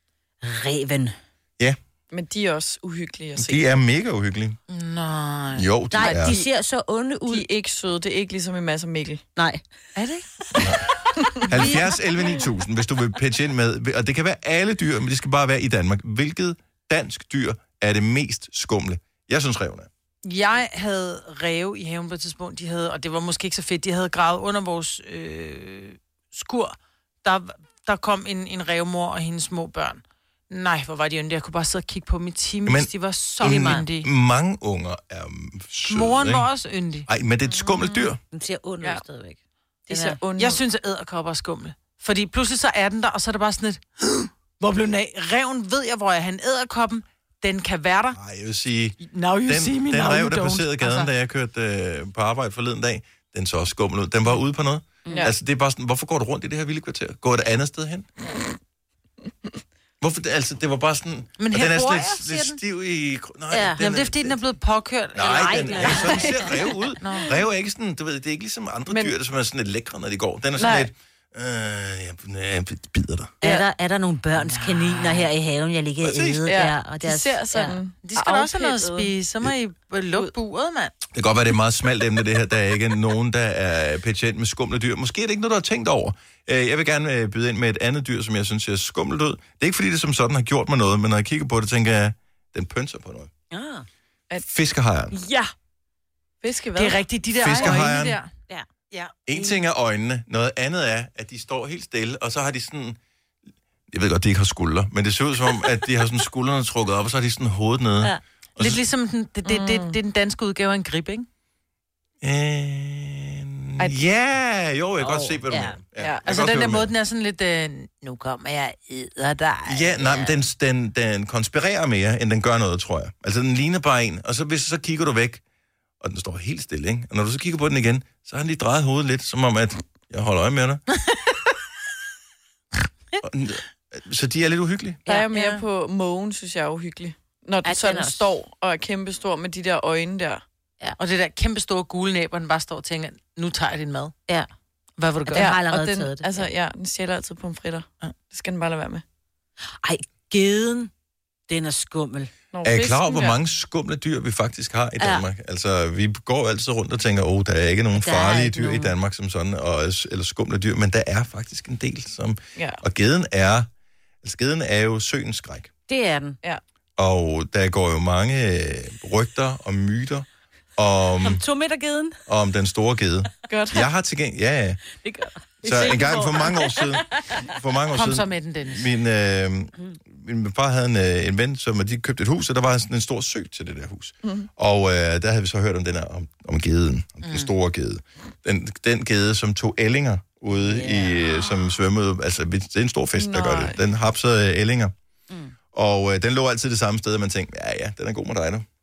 Reven. Ja. Men de er også uhyggelige at se. De er mega uhyggelige. Nej. Jo, de er. de ser så onde ud. De er ikke søde. Det er ikke ligesom i Mads og Mikkel. Nej. Er det ikke? 70 11 9000, hvis du vil pitche ind med. Og det kan være alle dyr, men det skal bare være i Danmark. Hvilket dansk dyr er det mest skumle? Jeg synes, reven er. Jeg havde ræve i haven på et tidspunkt. De havde, og det var måske ikke så fedt, de havde gravet under vores skur. Der kom en rævemor og hendes små børn. Nej, hvor var de yndige. Jeg kunne bare sidde og kigge på dem i timer. De var så yndige. Mange unger er søde, moren ikke? var også yndig. Ej, men det er et skummelt dyr. Den ser ond ud stadigvæk. De ser onde ud. Jeg synes, at edderkopper er skumle. Fordi pludselig så er den der, og så er det bare sådan et... Hvor blev den af? Reven ved jeg, hvor jeg han edderkoppen. Den kan være der. Nej, jeg vil sige... Now you see me, den now rev, you der don't. passerede gaden, da jeg kørte på arbejde forleden dag, den så også skummel ud. Den var ude på noget. Ja. Altså, det er bare sådan, hvorfor går du rundt i det her vilde kvarter? Går det andet sted hen? Hvorfor? Altså, det var bare sådan... Men og her den er bor sådan jeg, lidt stiv i... Nej, Ja. Jamen, det er fordi, den er blevet påkørt. Nej, sådan ser rev ud. Rev er ikke sådan, du ved, det er ikke ligesom andre dyr, som er sådan lidt lækre, når de går. Den er sådan lidt... jeg bider dig. Er der nogle børns kaniner her i haven, jeg ligger og æde der? Og de ser sådan... De skal da også have noget at spise. Så må I lukke buret, mand. Det kan godt være, det er et meget smalt emne, det her. Der er ikke nogen, der er patient med skumle dyr. Måske er det ikke noget, du har tænkt over. Jeg vil gerne byde ind med et andet dyr, som jeg synes ser skummelt ud. Det er ikke, fordi det som sådan har gjort mig noget, men når jeg kigger på det, tænker jeg, den pønser på noget. Fiskehejren. Ja. Fiske hvad? Det er rigtigt, de der Fiskehejren. øjne der. Ja. En ting er øjnene, noget andet er, at de står helt stille, og så har de sådan... Jeg ved godt, de ikke har skuldre, men det ser ud som om, at de har sådan skuldrene trukket op, og så har de sådan hovedet nede. Ja. Lidt ligesom det er den danske udgave af en grib, ikke? Ja, jo, jeg kan godt se, hvad du mener. Ja. Altså den der måde, den er sådan lidt, nu kommer jeg æder dig. Ja, nej, men den konspirerer mere, end den gør noget, tror jeg. Altså, den ligner bare en, og så kigger du væk, og den står helt stille, ikke? Og når du så kigger på den igen, så har den lige drejet hovedet lidt, som om, at jeg holder øje med dig. Så de er lidt uhyggelige. Der er mere på mågen, synes jeg er uhyggelig. Når den sådan står og er kæmpestor med de der øjne der. Ja. Og det der kæmpestore gule næb, hvor den bare står og tænker, nu tager jeg din mad. Ja. Hvad vil du gøre? Den har allerede og den, taget det. Altså, den stjæler altid pomfritter. Ja. Det skal den bare lade være med. Ej, geden, den er skummel. Er I klar over, hvor mange skumle dyr vi faktisk har i Danmark? Altså, vi går altid rundt og tænker, der er ikke nogen farlige dyr i Danmark som sådan, eller skumle dyr, men der er faktisk en del, som... Ja. Og geden er jo søens skræk. Det er den. Ja. Og der går jo mange rygter og myter om 2 meter geden. Om den store gede. Godt. Jeg har til gengæld... Ja. Det gør. Så en gang for mange år siden... Kom så med den, Dennis. Min far havde en ven, som de købte et hus, og der var sådan en stor sø til det der hus. Og der havde vi så hørt om den her, om geden, om den store gede. Den gede, som tog ællinger ude i, som svømmede, altså det er en stor fisk, der gør det. Den hapsede ællinger. Og den lå altid det samme sted, og man tænkte, ja, den er god med dig nu.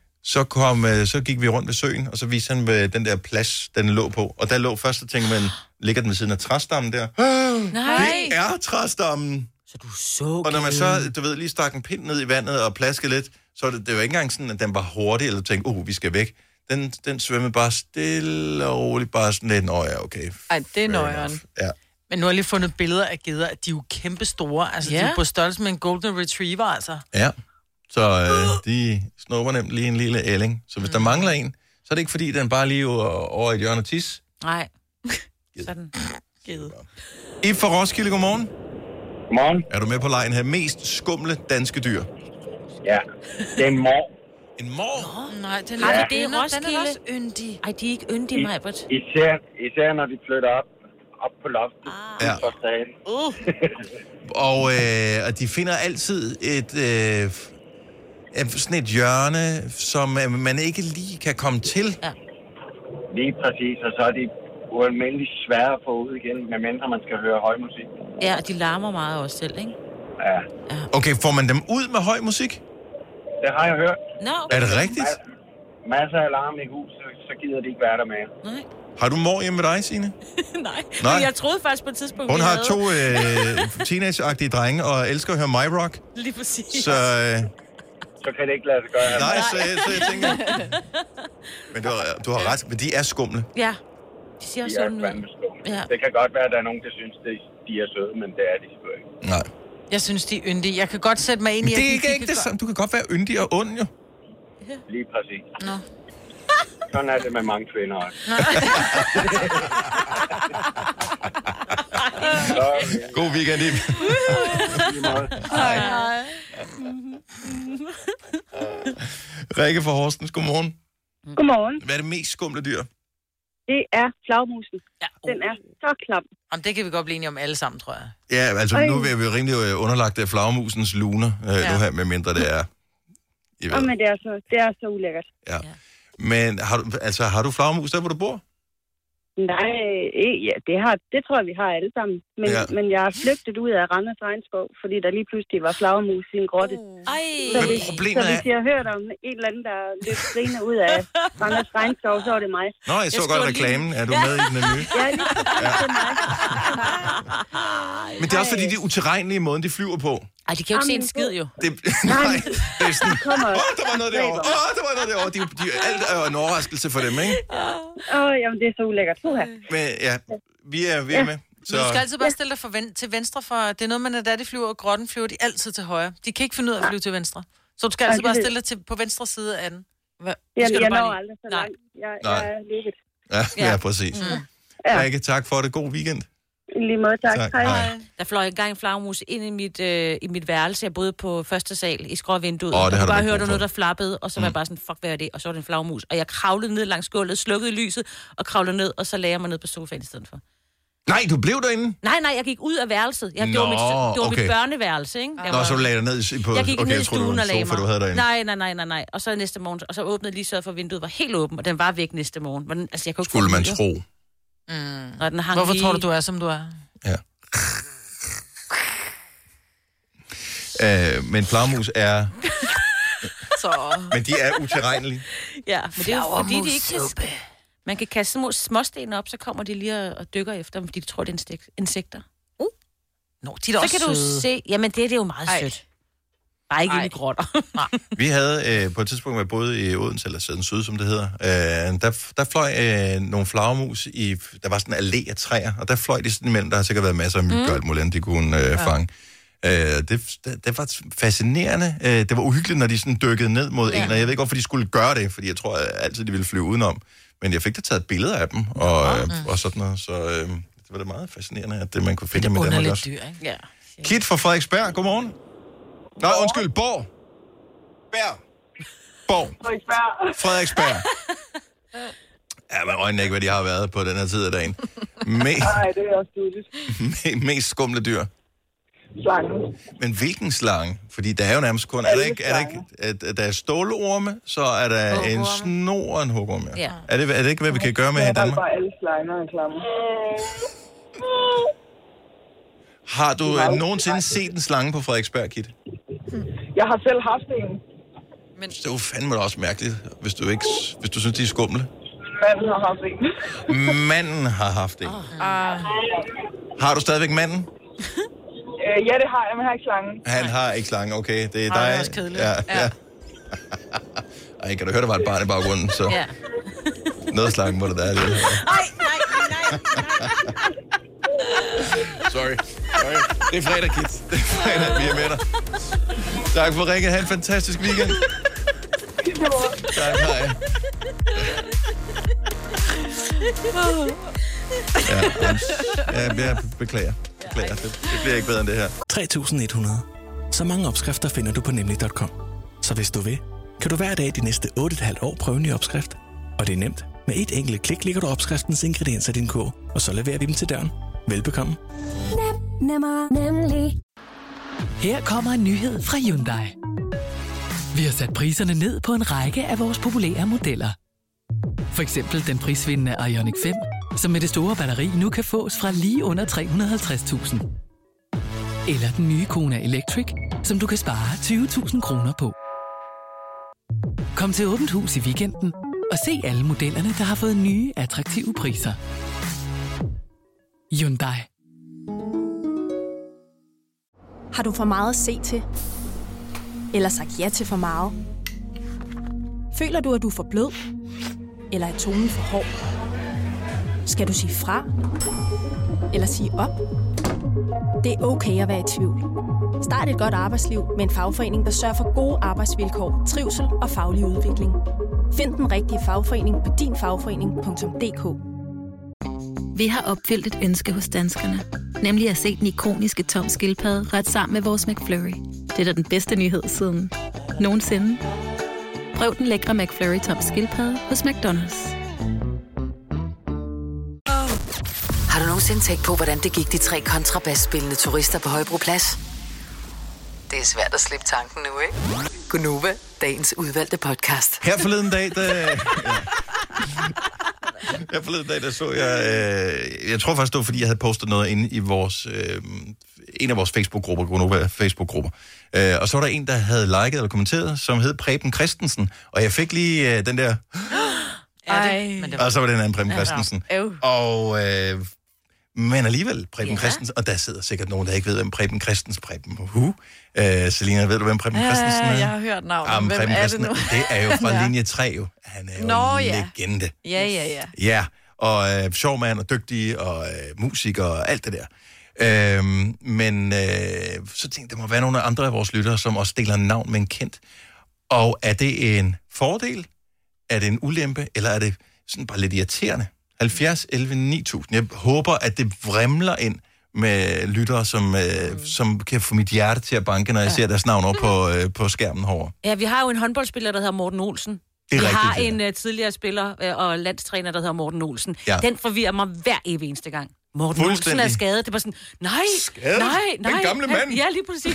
Så gik vi rundt ved søen, og så viste han den der plads, den lå på. Og der lå først, så tænkte man, ligger den ved siden af træstammen der? Nej. Det er træstammen. Så du så og når man så, lige stak en pind ned i vandet og plaskede lidt, så det var ikke engang sådan, at den var hurtig, eller du tænkte, vi skal væk. Den svømmede bare stille og roligt, bare sådan lidt, okay. Ej, det er nøjeren. Ja. Men nu har jeg lige fundet billeder af geder, at de er jo kæmpe store. Altså, de er på størrelse med en golden retriever, altså. Ja, så de snupper nemt lige en lille ælling. Så hvis der mangler en, så er det ikke fordi, den bare lige over et hjørne og tis. Nej. Sådan. Gede. Ib fra Roskilde, godmorgen. Godmorgen. Er du med på lejen her? Mest skumle danske dyr? Ja, det er en mor. En mor? Nej, den har er, vi det i Roskilde? Den er også yndig. Ej, de er ikke yndige, Majbert. Især når de flytter op på loftet. Ja. Og de finder altid sådan et hjørne, som man ikke lige kan komme til. Ja. Lige præcis, og så er de ualmindeligt svære at få ud igen, medmindre man skal høre høj musik. Ja, og de larmer meget også selv, ikke? Ja. Okay, får man dem ud med høj musik? Det har jeg hørt. No. Er det rigtigt? Masser af larm i huset, så gider de ikke være der mere. Nej. Har du mor hjemme med dig, Signe? Nej, Nej. men jeg troede faktisk på et tidspunkt, Hun har 2 teenage-agtige drenge, og elsker at høre My Rock. Lige præcis. Så kan det ikke lade sig gøre. Nej, så jeg tænker... Men du har ret, men de er skumle. Ja, de siger også sådan ud. Ja. Det kan godt være, at der er nogen, der synes, de er søde, men det er de sgu ikke. Nej. Jeg synes, de er yndige. Jeg kan godt sætte mig ind i, at det er ikke det samme. Du kan godt være yndig og ond, jo. Lige præcis. Nå. Sådan er det med mange kvinder også. God weekend, Ib. Hej. Rikke fra Horsens, godmorgen. Godmorgen. Hvad er det mest skumle dyr? Det er flagmusen. Ja. Den er så klam. Jamen, det kan vi godt blive enige om alle sammen, tror jeg. Ja, altså nu er vi rimelig underlagt af flagmusens luner, nu her, med mindre det er... Men det er så ulækkert. Ja. Men har du flagmus der, hvor du bor? Nej, ja, det tror jeg, vi har alle sammen. Men jeg er flygtet ud af Randers Regnskov, fordi der lige pludselig var flagermus i en grotte. Men problemet så hvis jeg har hørt om en eller anden, der løb skrigende ud af Randers Regnskov, så var det mig. Nå, jeg så godt reklamen. Er du med i den nye? Ja, lige det er mig. Men det er også fordi, de er utilregnelige i måden, de flyver på. Ej, de kan jo ikke se en skid, jo. Nej, det er sådan, der var noget derovre. Alt er jo en overraskelse for dem, ikke? Jamen, det er så ulækkert. Men ja, vi er med. Så... Du skal altid bare stille dig til venstre, for det er noget, man da de flyver, og grotten flyver de altid til højre. De kan ikke finde ud af at flyve til venstre. Så du skal altid bare stille dig på venstre side af den. Jeg når aldrig så langt. Jeg er lykket. Ja, præcis. Rikke, tak for det. God weekend. I lige måde, tak. Hej. Der fløj engang en flagmus ind i mit værelse. Jeg boede på første sal i skråvinduet. Og jeg bare hørte noget, der flappede, og så var jeg bare sådan, fuck, hvad er det? Og så var det en flagmus. Og jeg kravlede ned langs gulvet, slukkede lyset, og kravlede ned, og så lagde jeg mig ned på sofaen i stedet for. Nej, du blev derinde? Nej, jeg gik ud af værelset. Det var mit børneværelse, ikke? Så du lagde dig ned på... Jeg gik ned i stuen og lagde mig. Du havde derinde. Nej. Og så næste morgen, og så åbnede lige så for vinduet var helt åbent, og den var væk næste morgen. Men, altså, jeg kunne skulle man tro. Hvorfor tror du er, som du er? Ja. Men flagmus er... Men de er utilregnelige. Ja, men det er jo fordi, de ikke kan... Man kan kaste småsten op, så kommer de lige og dykker efter dem, fordi de tror, det er insekter. Nå, de er da også så kan du se... Jamen, det er jo meget sødt. Bare ikke inde i grotter. Vi havde på et tidspunkt, hvor jeg boede i Odense, eller Sæden Syd, som det hedder, der fløj nogle flagermus i... Der var sådan en allé af træer, og der fløj de sådan imellem. Der har sikkert været masser af myg og alt muligt, de kunne fange. Det var fascinerende. Det var uhyggeligt, når de sådan dykkede ned mod en, og jeg ved ikke, hvorfor de skulle gøre det, fordi jeg tror altid, de ville flyve udenom. Men jeg fik da taget billeder af dem, og sådan noget, så det var da meget fascinerende, at det man kunne finde med Danmark også. Dyr, ikke? Ja. Kit fra Frederiksberg, godmorgen. Nå, undskyld, Borg. Frederiksberg. Ja, man øjner ikke, hvad de har været på den her tid af dagen. Nej, det er også tydeligt. Mest skumle dyr. Slangen. Men hvilken slange? Fordi der er jo nærmest kun... Er der er stålorme, så er der en snor og en hugorm. Ja. Er det ikke, hvad vi kan gøre med i Danmark? Det er bare alle slanger og klammer. Har du nogensinde set en slange på Frederiksberg, Kit? Jeg har selv haft en. Men... Det er jo fandme også mærkeligt, hvis du synes, de er skumle. Manden har haft en. Manden har haft en. Har du stadigvæk manden? Ja, det har jeg, men jeg har ikke slangen. Han har ikke slangen, okay. Det er dig. Det er også kedeligt. Ja. Ej, kan du høre, der var et barn i baggrunden, så... Ja. Noget af slangen må det der er. Nej. Sorry. Det er fredag, Kit. Det er fredag, vi er med dig. Tak for Rikke. Ha' en fantastisk weekend. Tak, hej. Jeg beklager. Det bliver ikke bedre end det her. 3.100. Så mange opskrifter finder du på nemlig.com. Så hvis du vil, kan du hver dag de næste 8,5 år prøve en ny opskrift. Og det er nemt. Med et enkelt klik ligger du opskriftens ingredienser i din kog, og så leverer vi dem til døren. Velbekomme. Nemlig. Her kommer en nyhed fra Hyundai. Vi har sat priserne ned på en række af vores populære modeller. For eksempel den prisvindende Ioniq 5, som med det store batteri nu kan fås fra lige under 350.000. Eller den nye Kona Electric, som du kan spare 20.000 kroner på. Kom til Åbent Hus i weekenden og se alle modellerne, der har fået nye, attraktive priser. Hyundai. Har du for meget at se til? Eller sagt ja til for meget? Føler du, at du er for blød? Eller er tonen for hård? Skal du sige fra? Eller sige op? Det er okay at være i tvivl. Start et godt arbejdsliv med en fagforening, der sørger for gode arbejdsvilkår, trivsel og faglig udvikling. Find den rigtige fagforening på dinfagforening.dk. Vi har opfyldt et ønske hos danskerne. Nemlig at se den ikoniske Tom Skildpadde ret sammen med vores McFlurry. Det er da den bedste nyhed siden nogensinde. Prøv den lækre McFlurry Tom Skildpadde hos McDonald's. Har du nogensinde tænkt på, hvordan det gik de 3 kontrabasspillende turister på Højbroplads? Det er svært at slippe tanken nu, ikke? Gunova, dagens udvalgte podcast. Her forleden dag, der så jeg tror faktisk, det var, fordi jeg havde postet noget inde i vores, en af vores Facebook-grupper, Gunova Facebook-grupper. Og så var der en, der havde liket eller kommenteret, som hed Preben Christensen. Og jeg fik lige den der... Og så var det en anden Preben Christensen. Og... men alligevel, Preben Christensen, og der sidder sikkert nogen, der ikke ved, hvem Preben Christensen Selina, ved du, hvem Preben Christensen er? Jeg har hørt navnet. Hvem Preben er det nu? Det er jo fra linje 3, jo. Han er jo en legende. Ja. Ja, og sjov mand og dygtig, og musiker og alt det der. Men så tænkte jeg, der må være nogle andre af vores lyttere, som også deler navn med en kendt. Og er det en fordel? Er det en ulempe? Eller er det sådan bare lidt irriterende? 70, 11, 9000. Jeg håber, at det vrimler ind med lyttere, som kan få mit hjerte til at banke, når jeg ser deres navn over på skærmen herovre. Ja, vi har jo en håndboldspiller, der hedder Morten Olsen. Vi har en tidligere spiller og landstræner, der hedder Morten Olsen. Ja. Den forvirrer mig hver evig eneste gang. Morten Olsen er skadet. Det var sådan, nej. Den gamle mand. Ja, lige præcis.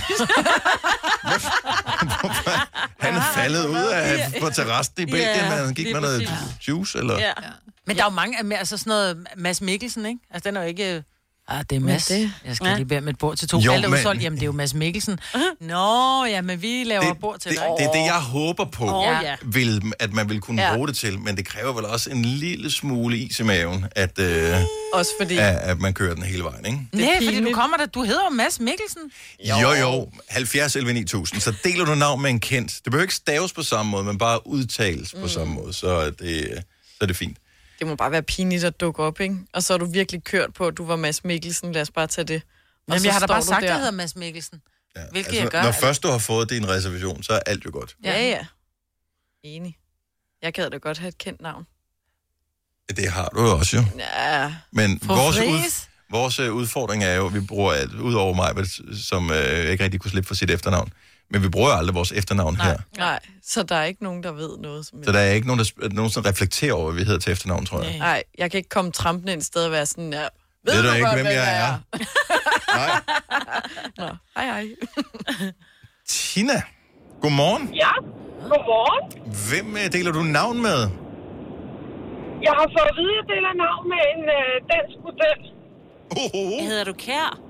Han er faldet ud på terrassen i Belgien, men han gik med noget juice, eller... Ja. Men der er jo mange, altså sådan noget Mads Mikkelsen, ikke? Altså, den er jo ikke... det er Mads. Jeg skal lige bære med et bord til 2. Alt er udsolgt. Jamen, det er jo Mads Mikkelsen. Nå, ja, men vi laver bord til dig. Det er det, jeg håber på, at man vil kunne bruge det til. Men det kræver vel også en lille smule is i maven, at, også fordi... at man kører den hele vejen, ikke? Nej, fordi du hedder jo Mads Mikkelsen. Jo. 70 11 9000. Så deler du navn med en kendt. Det behøver ikke staves på samme måde, men bare udtales på samme måde. Så er det fint. Det må bare være pinligt at dukke op, ikke? Og så har du virkelig kørt på, at du var Mads Mikkelsen. Lad os bare tage det. Men jeg har da bare sagt, at jeg hedder Mads Mikkelsen. Ja, hvilket jeg gør. Når først du har fået din reservation, så er alt jo godt. Ja. Enig. Jeg gad da godt have et kendt navn. Det har du jo også, jo. Ja. Men vores udfordring er jo, at vi bruger, udover mig, som ikke rigtig kunne slippe for sit efternavn, men vi bruger aldrig vores efternavn her. Nej, så der er ikke nogen, der ved noget. Så der er ikke nogen, der nogensinde reflekterer over, hvad vi hedder til efternavn, tror jeg. Nej, jeg kan ikke komme trampende ind sted og være sådan, ved du ikke, hvem jeg er? Nej. Nå, hej. Tina, godmorgen. Ja, godmorgen. Hvem deler du navn med? Jeg har fået at vide, at jeg deler navn med en dansk model. Hedder du Kjær?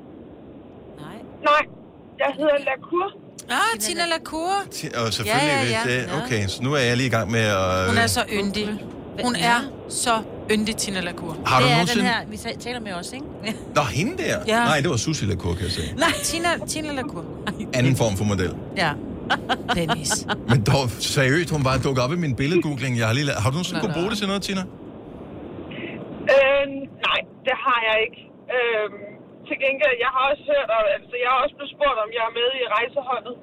Nej, jeg hedder Lacour. Tina Lacour. Og selvfølgelig det. Okay, så nu er jeg lige i gang med at... Hun er så yndig. Hun er så yndig, Tina Lacour. Har du det er nogensinde... den her, vi taler med os, ikke? Nå, hende der? Ja. Nej, det var Susie Lacour, kan jeg sige. Nej, Tina Lacour. Anden form for model. Ja. Dennis. Men dog, seriøst, hun bare dukket op i min billedgoogling. Har du nogensinde kunne bruge det til noget, Tina? Nej, det har jeg ikke. Til gengæld, jeg har også hørt, jeg har også blevet spurgt, om jeg er med i rejseholdet.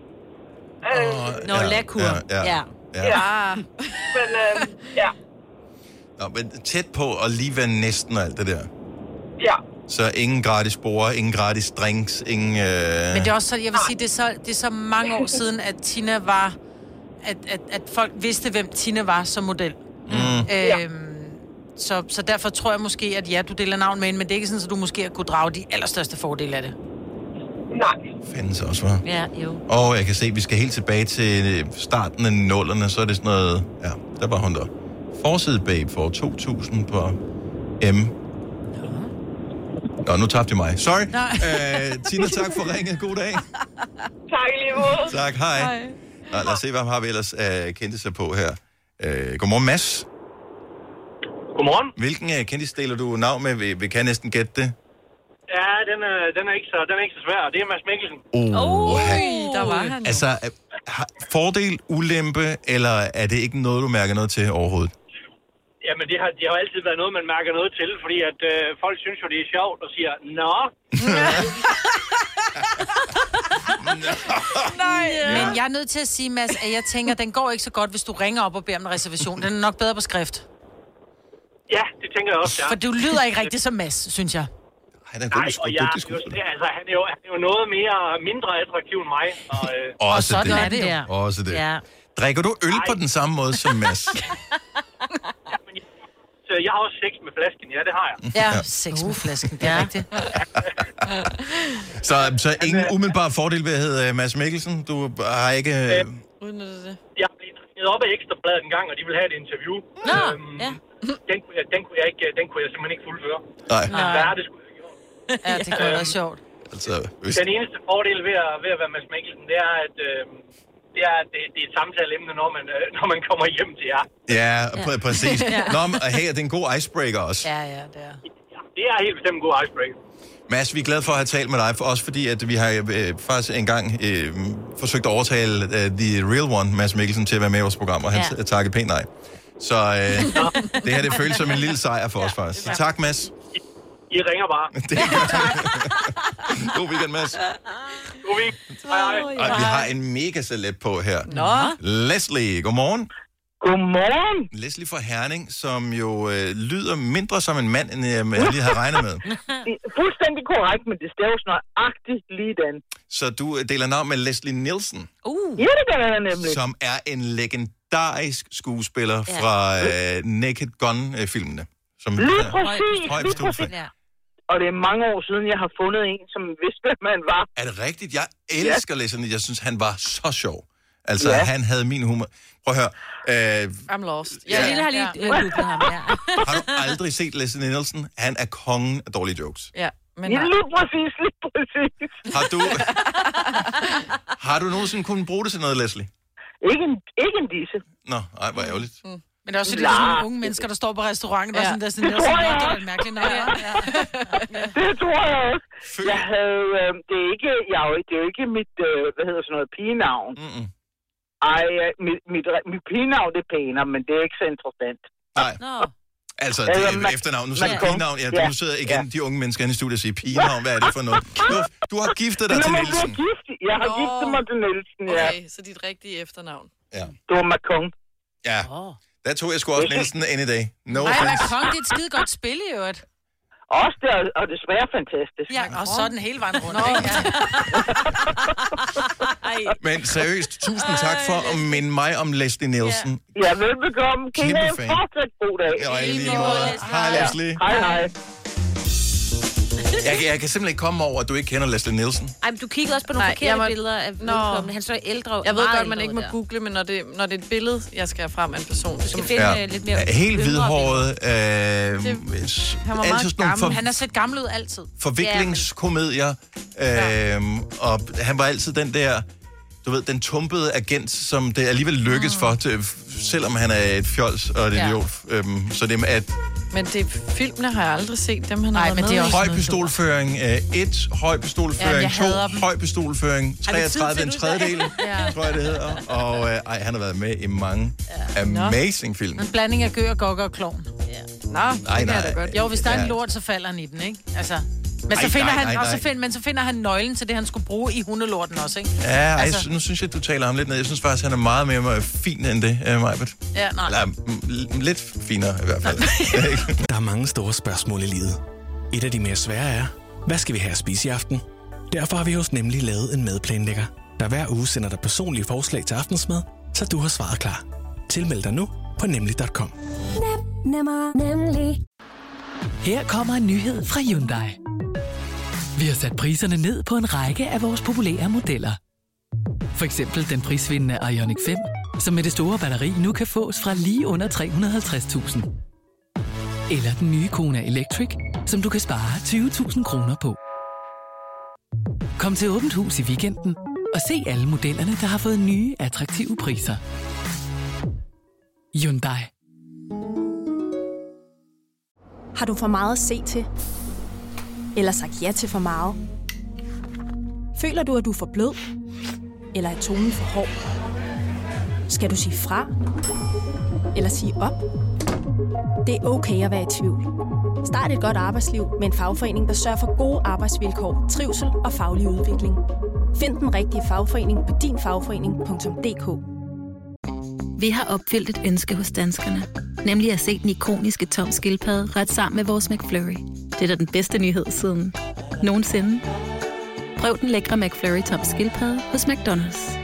Lacour. Ja. Men, Nå, men tæt på at lige være næsten alt det der. Ja. Så ingen gratis borde, ingen gratis drinks, ingen... Men det er også så, jeg vil sige, det er så mange år siden, at Tina var... At folk vidste, hvem Tina var som model. Så derfor tror jeg måske, at du deler navn med hende, men det er ikke sådan, at du måske kunne drage de allerstørste fordele af det. Nej. Fandens også, hva'? Ja, jo. Og jeg kan se, at vi skal helt tilbage til starten af 0'erne, så er det sådan noget... Ja, der var hun der. Forside babe for 2000 på M. Nå, nu tabte jeg mig. Sorry. Tina, tak for ringet. God dag. Tak i lige måde. Tak, hej. Nå, lad os se, hvad har vi ellers kendte sig på her. Godmorgen, Mads. Godmorgen. Hvilken kendis deler du navn med? Vi kan næsten gætte det. Ja, den er ikke så svær. Det er Mads Mikkelsen. Der var han jo. Altså, fordel, ulempe, eller er det ikke noget, du mærker noget til overhovedet? Jamen, det har altid været noget, man mærker noget til, fordi at folk synes jo, det er sjovt og siger, nå. Nej. Men jeg er nødt til at sige, Mads, at jeg tænker, den går ikke så godt, hvis du ringer op og beder om en reservation. Den er nok bedre på skrift. Ja, det tænker jeg også, ja. For du lyder ikke rigtig som Mads, synes jeg. Han er en god altså, han er jo noget mindre attraktiv end mig. Og sådan det. er det jo. Også det. Ja. Drikker du øl på den samme måde som Mads? Så jeg har også sex med flasken, ja, det har jeg. Ja, sex med flasken, det er rigtigt. Så ingen umiddelbar fordel ved at hedde Mads Mikkelsen? Du har ikke... Udnyttet det? Jeg blev trænet op af Ekstrabladet en gang, og de ville have et interview. Nå, ja. Den kunne jeg simpelthen ikke fuldføre. Nej. Hvad er det sgu? Ja, det kunne være sjovt. Altså, hvis... Den eneste fordel ved at være Mads Mikkelsen, det er, at det er et samtaleemne, når man kommer hjem til jer. Ja, præcis. Nå, men hey, det er en god icebreaker også. Ja, det er. Ja, det er helt bestemt en god icebreaker. Mads, vi er glade for at have talt med dig, også fordi at vi har faktisk engang forsøgt at overtale The Real One, Mads Mikkelsen, til at være med i vores program, og han takkede pænt nej. Så det her, det føles som en lille sejr for os faktisk. Så tak, Mads. I ringer bare. Det er godt. God weekend, Mads. God weekend. Hej. Og vi har en mega celeb på her. Nå. Leslie, godmorgen. Godmorgen. Leslie fra Herning, som jo lyder mindre som en mand, end jeg lige havde regnet med. Fuldstændig korrekt, men det staves nøjagtigt lige den. Så du deler navn med Leslie Nielsen. Ja, det gør jeg nemlig. Som er en legendarisk skuespiller fra Naked Gun-filmene. Lige præcis. Ja. Og det er mange år siden, jeg har fundet en, som vidste, hvem man var. Er det rigtigt? Jeg elsker Leslie. Jeg synes, han var så sjov. Altså, han havde min humor. Prøv at høre. I'm lost. Ja, jeg har lige googlet ham, ja. Har du aldrig set Leslie Nielsen? Han er kongen af dårlige jokes. Ja, men lige præcis. Har du nogensinde kunnet bruge det til noget, Leslie? Ikke en disse. Nå, ej, hvor ærgerligt. Men det er også fordi, der er sådan nogle unge mennesker, der står på restauranten, og sådan der sådan, det er lidt mærkeligt. Det tror jeg også. Jeg havde, det er jo ikke mit, hvad hedder sådan noget, pigenavn. Ej, mit pigenavn, det er pænere, men det er ikke så interessant. Nej. Altså, det er efternavn. Nu siger pigenavn. Ja, nu sidder igen de unge mennesker inde i studiet og siger, pigenavn, hvad er det for noget? Du har giftet dig til Nielsen. Jeg har giftet mig til Nielsen, ja. Okay, så dit rigtige efternavn. Ja. Det var Macron. Ja. Der tog jeg sgu også Nielsen any day. No offense. Macron, det er et skide godt spil i øvrigt. Også det, og det smager fantastisk. Ja, og så den hele vejen rundt. Men seriøst, tusind tak for at minde mig om Leslie Nielsen. Ja, velbekomme. Kan I have en fortsat god dag? Ja, i lige måde. Hej, Leslie. Hej. Jeg kan simpelthen ikke komme over, at du ikke kender Leslie Nielsen. Ej, men du kiggede også på nogle forkerte billeder af vedkommende. Han så ældre. Jeg ved godt, man ikke må google, men når det er et billede, jeg skal have frem af en person. Du skal finde lidt mere... Helt hvidhåret. Han var meget gammel. Han har set gammel ud altid. Forviklingskomedier. Og han var altid den der... Du ved, den tumpede agent, som det alligevel lykkes for, selvom han er et fjols og et idiot. Så det er men filmene har jeg aldrig set, dem han har været med i. Høj pistolføring 1, høj pistolføring 2, høj pistolføring 33, en tredjedel, tror jeg det hedder. Og han har været med i mange amazing film. En blanding af Gør, Gokker og Klovn. Nej. Jo, hvis der er en lort, så falder han i den, ikke? Altså... Men så finder han nøglen til det, han skulle bruge i hundelorten også, ikke? Ja, altså... nu synes jeg, du taler ham lidt ned. Jeg synes faktisk, han er meget mere fin end det, Majbert. Ja, nej. Eller lidt finere i hvert fald. Der er mange store spørgsmål i livet. Et af de mere svære er, hvad skal vi have at spise i aften? Derfor har vi hos Nemlig lavet en madplanlægger, der hver uge sender dig personlige forslag til aftensmad, så du har svaret klar. Tilmeld dig nu på nemlig.com. Nemlig. Her kommer en nyhed fra Hyundai. Vi har sat priserne ned på en række af vores populære modeller. For eksempel den prisvindende Ioniq 5, som med det store batteri nu kan fås fra lige under 350.000. Eller den nye Kona Electric, som du kan spare 20.000 kroner på. Kom til Åbent Hus i weekenden og se alle modellerne, der har fået nye, attraktive priser. Hyundai. Har du for meget at se til? Eller sagt ja til for meget? Føler du, at du er for blød? Eller er tonen for hård? Skal du sige fra? Eller sige op? Det er okay at være i tvivl. Start et godt arbejdsliv med en fagforening, der sørger for gode arbejdsvilkår, trivsel og faglig udvikling. Find den rigtige fagforening på dinfagforening.dk. Vi har opfyldt et ønske hos danskerne. Nemlig at se den ikoniske Tom Skildpadde ret sammen med vores McFlurry. Det er da den bedste nyhed siden nogensinde. Prøv den lækre McFlurry Tom Skildpadde hos McDonald's.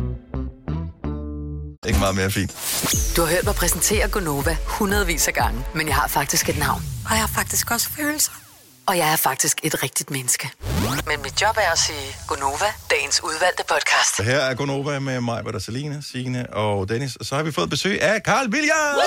Ikke meget mere fint. Du har hørt mig præsentere Gonova hundredvis af gange, men jeg har faktisk et navn. Og jeg har faktisk også følelser. Og jeg er faktisk et rigtigt menneske. Men mit job er at sige Gonova, dagens udvalgte podcast. Her er Gonova med mig, Britta, Selina, Signe og Dennis. Og så har vi fået besøg af Carl Williams.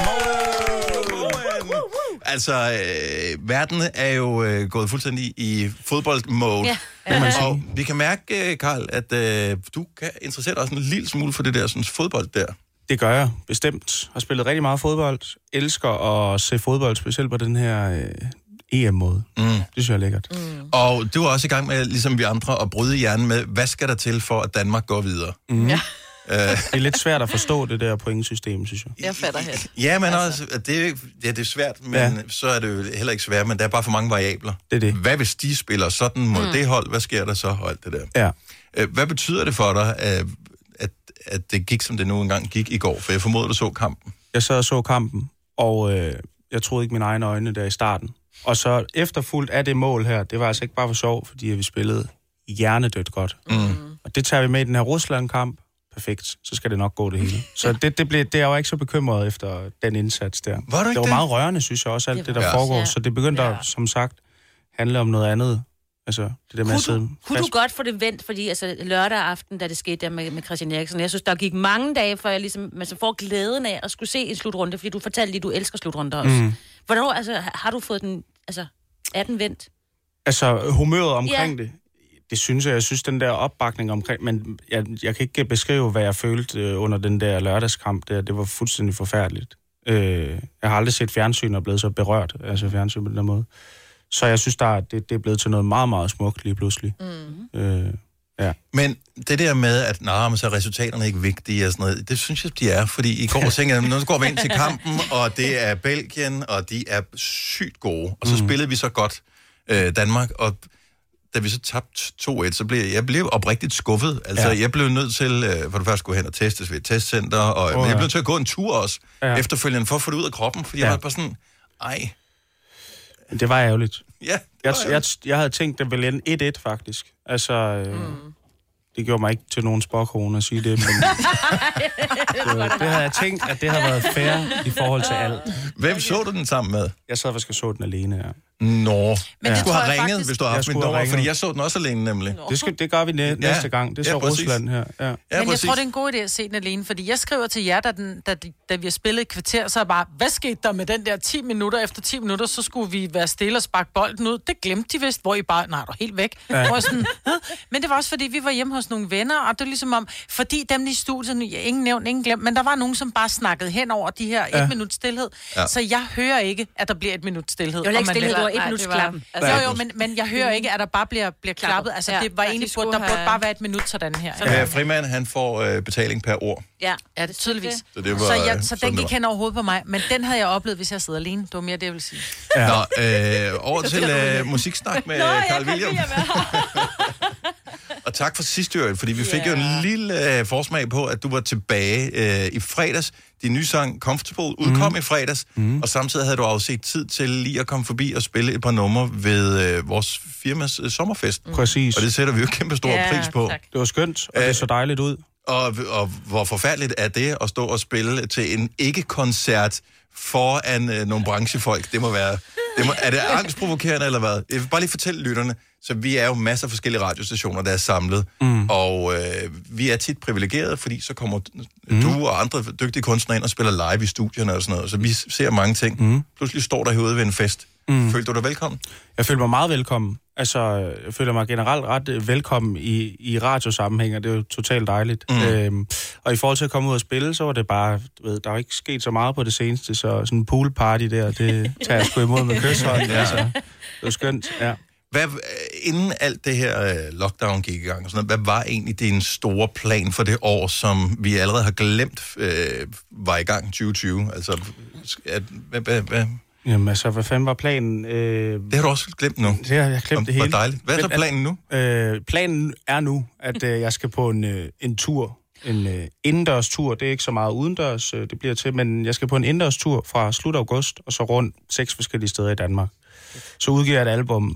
Godmorgen. Altså, verden er jo gået fuldstændig i fodboldmode. Ja. Og vi kan mærke, Carl, at du kan interessere dig også en lille smule for det der sådan, fodbold der. Det gør jeg, bestemt. Har spillet rigtig meget fodbold. Elsker at se fodbold, specielt på den her EM-måde. Det synes jeg er lækkert. Og du er også i gang med, ligesom vi andre, at bryde hjernen med, hvad skal der til for, at Danmark går videre? Ja. Det er lidt svært at forstå det der pointsystem, synes jeg. Jeg fatter helt. Ja, men også, det er svært, men så er det jo heller ikke svært, men der er bare for mange variabler. Det er det. Hvad hvis de spiller sådan mod det hold? Hvad sker der så? Og alt det der. Ja. Hvad betyder det for dig, at det gik, som det nu engang gik i går? For jeg formoder, du så kampen. Jeg sad og så kampen, og jeg troede ikke mine egne øjne der i starten. Og så efterfulgt af det mål her, det var altså ikke bare for sjov, fordi vi spillede hjernedødt godt. Og det tager vi med i den her Rusland-kamp. Perfekt, så skal det nok gå det hele. Så det er jeg jo ikke så bekymret efter den indsats der. Det var meget rørende, synes jeg også, alt det der foregår. Så det begyndte at, som sagt, handle om noget andet. Altså, det der med at sidde kunne du godt få det vendt, fordi altså, lørdag aften, da det skete der med Christian Eriksen, jeg synes, der gik mange dage, før jeg ligesom, så får glæden af at skulle se en slutrunde, fordi du fortalte lige, du elsker slutrunder også. Hvornår, altså, har du fået den, altså, er den vendt? Altså, humøret omkring det synes jeg. Jeg synes, den der opbakning omkring, men jeg kan ikke beskrive, hvad jeg følte under den der lørdagskamp der. Det var fuldstændig forfærdeligt. Jeg har aldrig set fjernsyn og blevet så berørt, altså fjernsyn på den der måde. Så jeg synes, det er blevet til noget meget, meget smukt lige pludselig. Ja. Men det der med, at så er resultaterne ikke vigtige og sådan noget, det synes jeg, de er. Fordi i går tænkte jeg, nu går vi ind til kampen, og det er Belgien, og de er sygt gode. Og så spillede vi så godt Danmark, og da vi så tabte 2-1, så blev jeg oprigtigt skuffet. Altså, jeg blev nødt til, for det første gå hen og testes ved et testcenter, og jeg blev nødt til at gå en tur også efterfølgende, for at få det ud af kroppen, fordi jeg var bare sådan, Det var ærgerligt. Ja, jeg havde tænkt, det ville ende 1-1, faktisk. Altså, det gjorde mig ikke til nogen spåkone at sige det, men det havde jeg tænkt, at det havde været fair i forhold til alt. Hvem så du den sammen med? Jeg sad faktisk og så den alene, ja. Nå. Men du skulle have ringet, faktisk, hvis du har haft min nummer, fordi jeg så den også alene, nemlig. Det gør vi næste gang. Det er så Rusland her. Ja. Men jeg tror, det er en god idé at se den alene, fordi jeg skriver til jer, da vi har spillet et kvarter, så bare, hvad skete der med den der 10 minutter? Efter 10 minutter, så skulle vi være stille og sparke bolden ud. Det glemte de vist, hvor I bare, nej, du er helt væk. Ja. Sådan, men det var også, fordi vi var hjemme hos nogle venner, og det var ligesom om, fordi dem i studiet, ingen nævnt, ingen glemt, men der var nogen, som bare snakkede hen over de her 1 minut stillhed. Ja. Så jeg hører ikke, at der bliver 1 minut stillhed. Det var ikke stillhed, det var 1 minuts klappen. Jo, men jeg hører ikke, at der bare bliver klappet. Altså, det var egentlig, der burde bare være 1 minut sådan her. Frimand, han får betaling per ord. Ja, det er tydeligvis. Så den gik hen over hovedet på mig, men den havde jeg oplevet, hvis jeg sidder alene. Det var mere det, jeg vil sige. Ja. Nå, over til musiksnak med Carl Williams. Og tak for sidste år, fordi vi fik jo en lille forsmag på, at du var tilbage i fredags. Din nye sang Comfortable udkom i fredags, og samtidig havde du afset tid til lige at komme forbi og spille et par numre ved vores firmas sommerfest. Præcis. Og det sætter vi jo kæmpe stor pris på. Tak. Det var skønt, og det så dejligt ud. Og hvor forfærdeligt er det at stå og spille til en ikke-koncert foran nogle branchefolk? Det må være... er det angstprovokerende, eller hvad? Jeg vil bare lige fortælle lytterne, så vi er jo masser af forskellige radiostationer, der er samlet, og vi er tit privilegerede, fordi så kommer du og andre dygtige kunstnere ind og spiller live i studierne og sådan noget, så vi ser mange ting. Pludselig står der herude ved en fest. Følte du dig velkommen? Jeg følte mig meget velkommen. Altså, jeg føler mig generelt ret velkommen i radiosammenhæng, og det er jo totalt dejligt. Og i forhold til at komme ud og spille, så var det bare, der er ikke sket så meget på det seneste, så sådan en poolparty der, det tager jeg sgu imod med kysshånd. Altså, det var skønt, ja. inden alt det her lockdown gik i gang, og sådan noget, hvad var egentlig din store plan for det år, som vi allerede har glemt var i gang 2020? Altså, hvad? Jamen altså, hvad fanden var planen? Det har du også glemt nu. Det har jeg glemt det hele. Hvor dejligt. Hvad er så planen nu? Planen er nu, at jeg skal på en tur. En indendørs tur. Det er ikke så meget udendørs, det bliver til, men jeg skal på en indendørs tur fra slut august, og så rundt 6 forskellige steder i Danmark. Så udgiver jeg et album,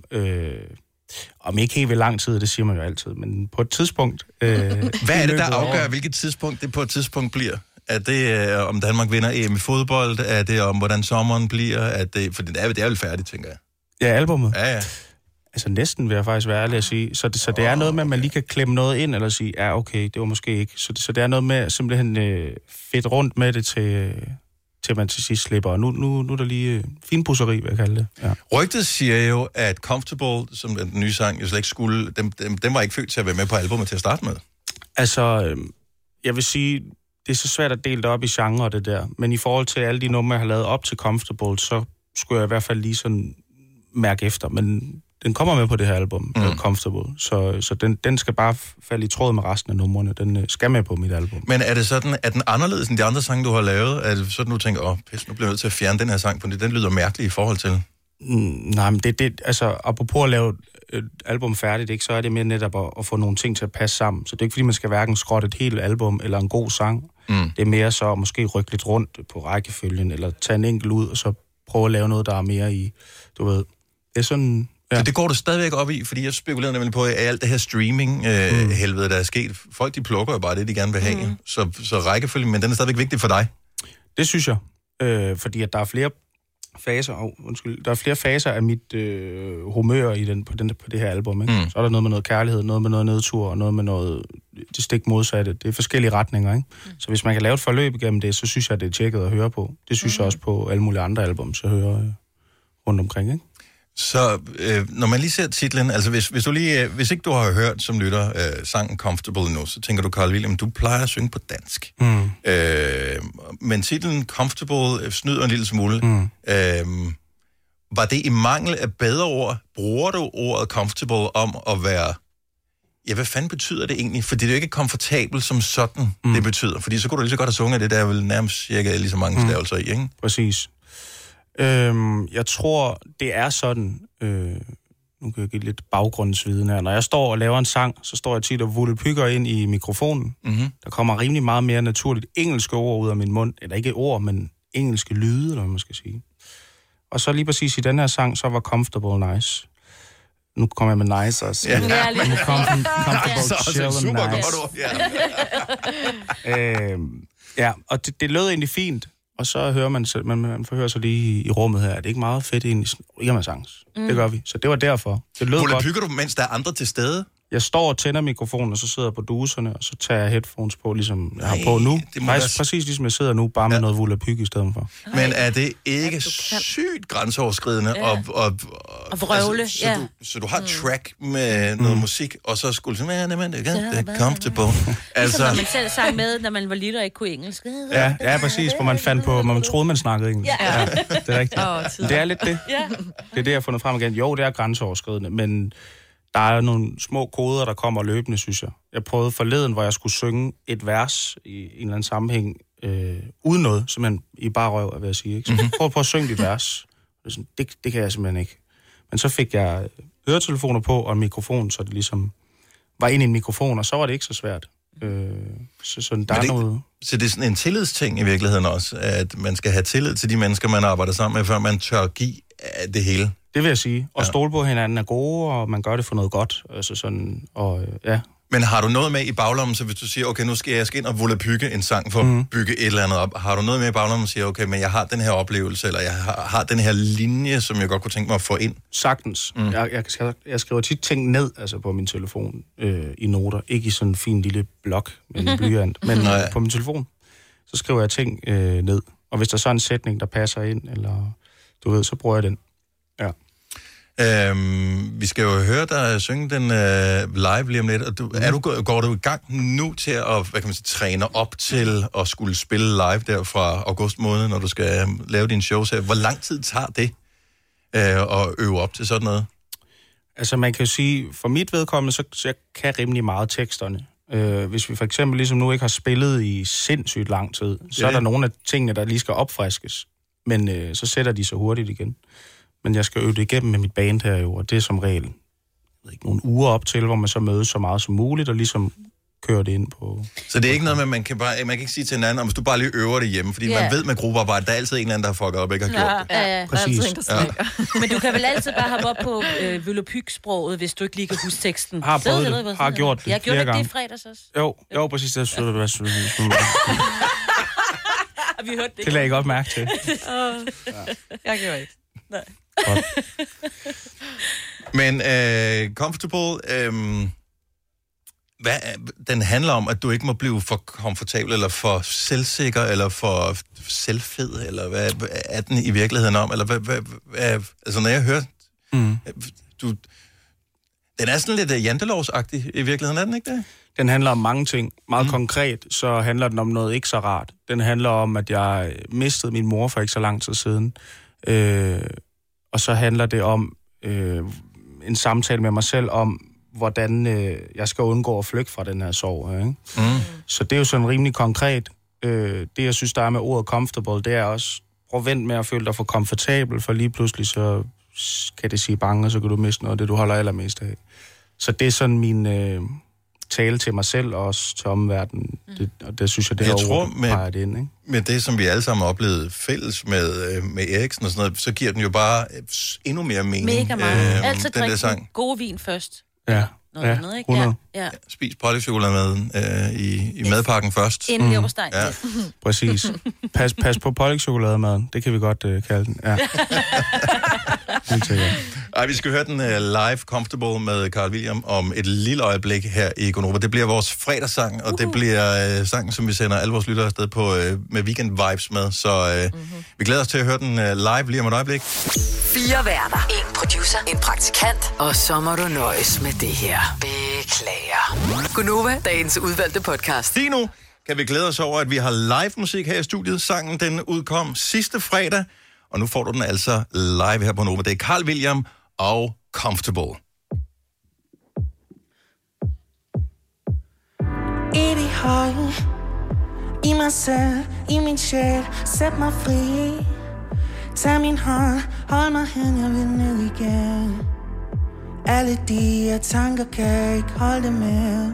om ikke helt ved lang tid, det siger man jo altid, men på et tidspunkt... Hvad er det, der afgør, hvilket tidspunkt det på et tidspunkt bliver? Er det, om Danmark vinder EM i fodbold? Er det om, hvordan sommeren bliver? Er det, for det er vel færdigt, tænker jeg. Ja, albumet? Ja. Altså næsten vil jeg faktisk være ærlig at sige. Så det er noget med, at man lige kan klemme noget ind, eller sige, ja okay, det var måske ikke. Så det er noget med simpelthen fedt rundt med det, til man til sidst slipper. Og nu er der lige finpudseri, vil jeg kalde det. Ja. Rygtet siger jo, at Comfortable, som den nye sang jo slet ikke skulle, den var ikke født til at være med på albumet til at starte med. Altså, jeg vil sige, det er så svært at dele det op i genre det der. Men i forhold til alle de numre, jeg har lavet op til Comfortable, så skulle jeg i hvert fald lige sådan mærke efter. Men den kommer med på det her album, Comfortable. Så den skal bare falde i tråd med resten af numrene. Den skal med på mit album. Men er det sådan, at den anderledes end de andre sange, du har lavet? Er det sådan, du tænker, pis, nu bliver jeg nødt til at fjerne den her sang, fordi den lyder mærkelig i forhold til? Nej, men altså, apropos at lave et album færdigt, ikke, så er det mere netop at få nogle ting til at passe sammen. Så det er ikke, fordi man skal hverken skrotte et helt album eller en god sang. Det er mere så måske rykke lidt rundt på rækkefølgen, eller tage en enkelt ud, og så prøve at lave noget, der er mere i, du ved. Det er sådan... Ja. Så det går du stadigvæk op i, fordi jeg spekulerer nemlig på, at alt det her streaming-helvede, der er sket, folk de plukker jo bare det, de gerne vil have. Så rækkefølgen, men den er stadigvæk vigtig for dig? Det synes jeg. Fordi at der er flere faser, der er flere faser af mit humør på det her album. Ikke? Så er der noget med noget kærlighed, noget med noget nedtur, og noget med noget det stik modsatte. Det er forskellige retninger. Ikke? Så hvis man kan lave et forløb igennem det, så synes jeg, det er tjekket at høre på. Det synes jeg også på alle mulige andre album, så hører rundt omkring. Ikke? Så når man lige ser titlen, altså hvis ikke du har hørt som lytter sangen Comfortable nu, så tænker du, Carl William, du plejer at synge på dansk. Men titlen Comfortable snyder en lille smule. Var det i mangel af bedre ord? Bruger du ordet comfortable om at være... Ja, hvad fanden betyder det egentlig? Fordi det er jo ikke komfortabel som sådan, det betyder. Fordi så kunne du lige så godt have sunget det, der er vel nærmest cirka lige så mange stavelser i, ikke? Præcis. Jeg tror, det er sådan, nu kan jeg give lidt baggrundsviden her. Når jeg står og laver en sang, så står jeg tit og vullepygger ind i mikrofonen. Der kommer rimelig meget mere naturligt engelske ord ud af min mund. Eller ikke ord, men engelske lyde, eller hvad man skal sige. Og så lige præcis i den her sang, så var Comfortable nice. Nu kommer jeg med nice også. Ja. Comfortable, chill and nice. Ja, og det lød egentlig fint. Og så hører man forhører sig lige i rummet her, er det ikke meget fedt egentlig? Ikke med sangs. Det gør vi. Så det var derfor. Det lød godt. Bygger du, mens der er andre til stede? Jeg står og tænder mikrofonen, og så sidder jeg på duserne, og så tager jeg headphones på, ligesom jeg har på nu. Præcis ligesom jeg sidder nu, bare med noget volapyk i stedet for. Men er det ikke sygt grænseoverskridende? Og vrøvle, altså, så du har track med noget musik, og så skulle du sige, det er comfortable. Altså, når man selv sang med, når man var lille og ikke kunne engelsk. Ja, præcis, hvor man fandt på, man troede, man snakkede engelsk. Ja, det er rigtigt. Det er lidt det. Det er det, jeg har fundet frem igen. Jo, det er grænseoverskridende, men... Der er nogle små koder, der kommer løbende, synes jeg. Jeg prøvede forleden, hvor jeg skulle synge et vers i en eller anden sammenhæng, uden noget, simpelthen i bare røv, vil jeg sige. Ikke? Så jeg prøvede på at synge et vers. Det kan jeg simpelthen ikke. Men så fik jeg høretelefoner på og en mikrofon, så det ligesom var ind i en mikrofon, og så var det ikke så svært. Så det er sådan en tillidsting i virkeligheden også, at man skal have tillid til de mennesker, man arbejder sammen med, før man tør give det hele. Det vil jeg sige. Og stole på hinanden er gode, og man gør det for noget godt. Altså sådan, ja. Men har du noget med i baglommen, så hvis du siger, okay, nu skal jeg ind og volapykke en sang for at bygge et eller andet op. Har du noget med i baglommen og siger, okay, men jeg har den her oplevelse, eller jeg har den her linje, som jeg godt kunne tænke mig at få ind? Sagtens. Jeg skriver tit ting ned altså på min telefon i noter. Ikke i sådan en fin lille blok med en blyant, men på min telefon. Så skriver jeg ting ned. Og hvis der så er en sætning, der passer ind, eller du ved, så bruger jeg den. Ja. Vi skal jo høre dig synge den live lige om lidt. Og går du i gang nu til at træne op til at skulle spille live der fra august måned, når du skal lave dine shows her? Hvor lang tid tager det at øve op til sådan noget? Altså man kan jo sige, for mit vedkommende, så jeg kan rimelig meget teksterne. Hvis vi for eksempel ligesom nu ikke har spillet i sindssygt lang tid, så er der nogle af tingene, der lige skal opfriskes. Men så sætter de sig hurtigt igen. Men jeg skal øve det igennem med mit band her jo, og det er som regel nogle uger op til, hvor man så mødes så meget som muligt, og ligesom kører det ind på... Så det er ikke noget med, man kan ikke sige til hinanden, om hvis du bare lige øver det hjemme, fordi man ved med gruppearbejde, der er altid en eller anden, der har fucket op, ikke har gjort det. Ja. Præcis. Men du kan vel altid bare hoppe op på Vølopyg-sproget, hvis du ikke lige kan huske teksten. Har prøvet det, har gjort det. Jeg gjorde ikke det i fredags også. Jo, præcis. Det synes jeg, vi hørte det. Det lagde jeg godt mærke til. Jeg gjorde ikke. Nej. Men Comfortable, den handler om, at du ikke må blive for komfortabel, eller for selvsikker, eller for selvfed, eller hvad er den i virkeligheden om? Eller hvad altså når jeg hører, den er sådan lidt jantelovsagtig i virkeligheden, er den ikke det? Den handler om mange ting. Meget konkret, så handler den om noget ikke så rart. Den handler om, at jeg mistede min mor for ikke så lang tid siden. Og så handler det om en samtale med mig selv om, hvordan jeg skal undgå at flygte fra den her sorg. Ikke? Så det er jo sådan rimelig konkret. Det, jeg synes, der er med ordet comfortable, det er også, prøv at vente med at føle dig for komfortabel, for lige pludselig så kan det sige bange, så kan du miste noget af det, du holder allermest af. Så det er sådan min tale til mig selv og også til omverdenen. Og det synes jeg, det peger det ind. Ikke? Med det, som vi alle sammen har oplevet fælles med Eriksen og sådan noget, så giver den jo bare endnu mere mening. Mega meget. Altid drik den gode vin først. Ja. Noget andet, ikke? 100. Ja. Spis pålægtschokolademaden i madpakken først. Inden leverpostej. Ja. Præcis. Pas på pålægtschokolademaden. Det kan vi godt kalde den. Ja. Ej, vi skal høre den live Comfortable med Carl William om et lille øjeblik her i Gonova. Det bliver vores fredagssang, og det bliver sangen, som vi sender alle vores lyttere afsted på med weekend vibes med. Så vi glæder os til at høre den live lige om et øjeblik. 4 værter, 1 producer, 1 praktikant, og så må du nøjes med det her. Beklager. Gonova, dagens udvalgte podcast. Lige nu kan vi glæde os over, at vi har live musik her i studiet. Sangen, den udkom sidste fredag, og nu får du den altså live her på Nova. Det er Carl William og Comfortable. Evig høj, i mig selv, i min sjæl, sæt mig fri. Tag min hånd, hold mig hen, jeg vil ned igen. Alle de her tanker kan ikke holde det med.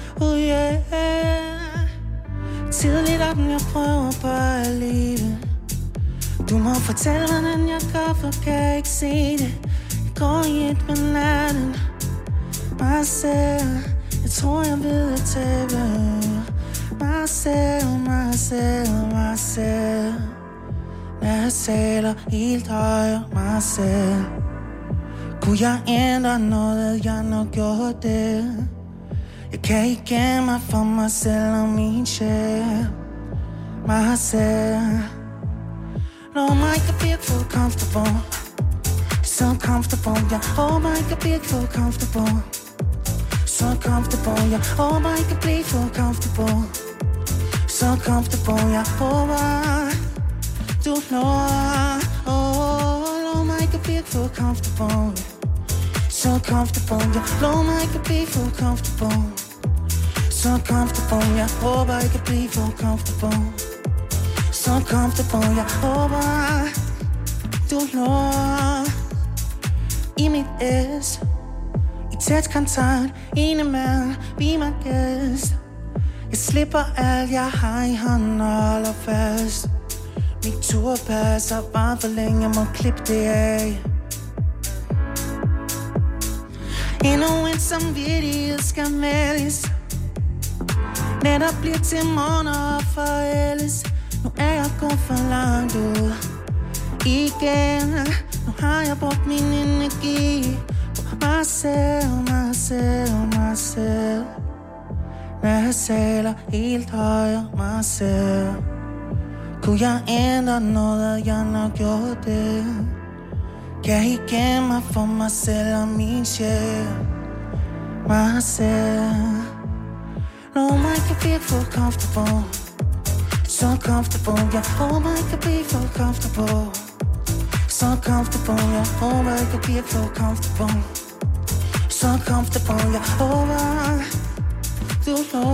Tidligt op, jeg prøver bare at leve. Du må fortælle, hvordan jeg gør, for kan jeg ikke se det. Jeg går i et med natten. Mig selv, jeg tror, jeg ved at tabe. Mig selv. Når jeg taler helt højere, mig selv. Kunne jeg ændre noget, jeg nok gjorde det. Jeg kan ikke gemme mig for mig selv og min sjæl. Mig selv. No, I can be feel comfortable. So comfortable, yeah. Oh, I can be feel comfortable. So comfortable, yeah. Oh, I can be feel comfortable. So comfortable, yeah. Oh, do know. Oh, I can be feel comfortable. So comfortable, yeah. Oh, I can be feel comfortable. So comfortable, yeah. Oh, I can be feel comfortable. So comfortable, yeah. Oh, du lå i mit æs. I tæt kontakt, indimellem, be my guest. Jeg slipper alt, jeg har i hånden og holder fast. Mit turpas har bare for længe, jeg må klippe det af. Endnu en samvittighed skal mældes. Netop bliver til morgen og forældes. Nu er jeg gået for langt ud igen. Nu har jeg brugt min energi på mig selv. Når jeg taler helt højere, mig selv. Kunne jeg ændre noget, jeg nok gjorde det. Kan I gemme mig for mig selv og min sjæl. Mig selv. No, I can be feel comfortable. So comfortable, yeah. Oh, I can be feel comfortable. So comfortable, yeah. Oh, I can be feel comfortable. So comfortable, yeah, over. Do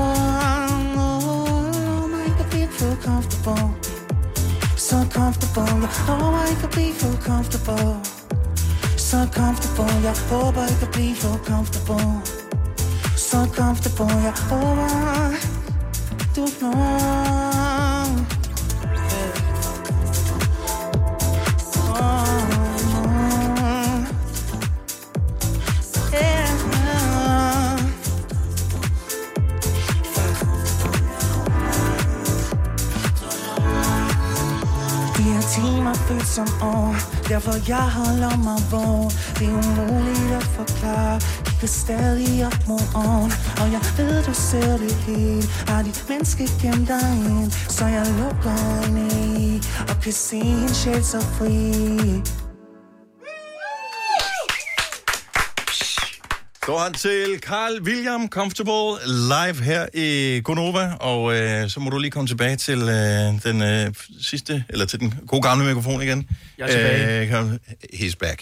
oh, make the beat feel comfortable. So comfortable, yeah, oh, I could be feel comfortable. So comfortable, yeah, oh, I could be feel comfortable. So comfortable, yeah, over. Do som år. Derfor jeg holder mig vågen. Det er umuligt at forklare. Kigger stadig op mod oven. Og jeg ved du ser det helt. Har dit menneske gemt dig ind. Så jeg lukker øjne i. Og kan se en sjæl så fri. Så han til Carl William Comfortable live her i Gonova, og så må du lige komme tilbage til den sidste, eller til den gode gamle mikrofon igen. Jeg er tilbage. He's back.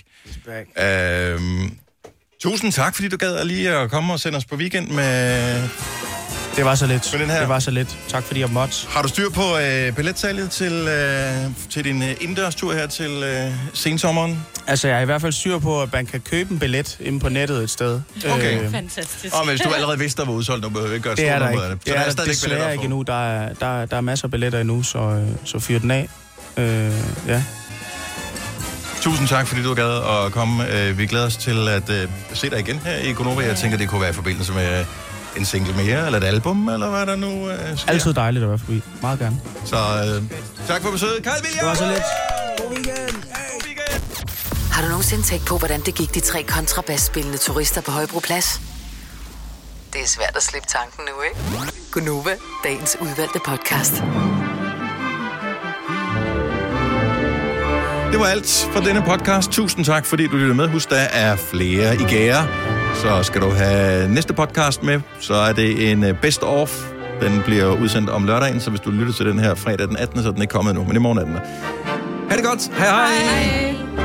Tusind tak, fordi du gad lige at komme og sende os på weekend med... Det var så lidt. Det var så lidt. Tak fordi jeg måtte. Har du styr på billetsalget til din indendørstur her til sensommeren? Altså, jeg har i hvert fald styr på, at man kan købe en billet inde på nettet et sted. Okay. Fantastisk. Og hvis du allerede vidste, der var udsolgt, du behøver ikke gøre det er der ikke. Så der er stadig desværre ikke endnu. Der er masser af billetter endnu, så fyr den af. Ja. Tusind tak, fordi du gad at komme. Vi glæder os til at se dig igen her i Gonova. Jeg tænker, det kunne være i forbindelse med en single mere, eller et album, eller hvad der nu sker. Altid dejligt at være forbi. Meget gerne. Så tak for besøget. Carl William! Det var så lidt. God weekend! Har du nogensinde tænkt på, hvordan det gik de 3 kontrabasspillende turister på Højbroplads? Det er svært at slippe tanken nu, ikke? Gonova, dagens udvalgte podcast. Det var alt for denne podcast. Tusind tak, fordi du lyttede med. Husk, der er flere i gære. Så skal du have næste podcast med, så er det en best of. Den bliver udsendt om lørdagen, så hvis du lytter til den her fredag den 18., så er den ikke kommet nu, men i morgen er den der. Ha' det godt. Hej hej. Hej.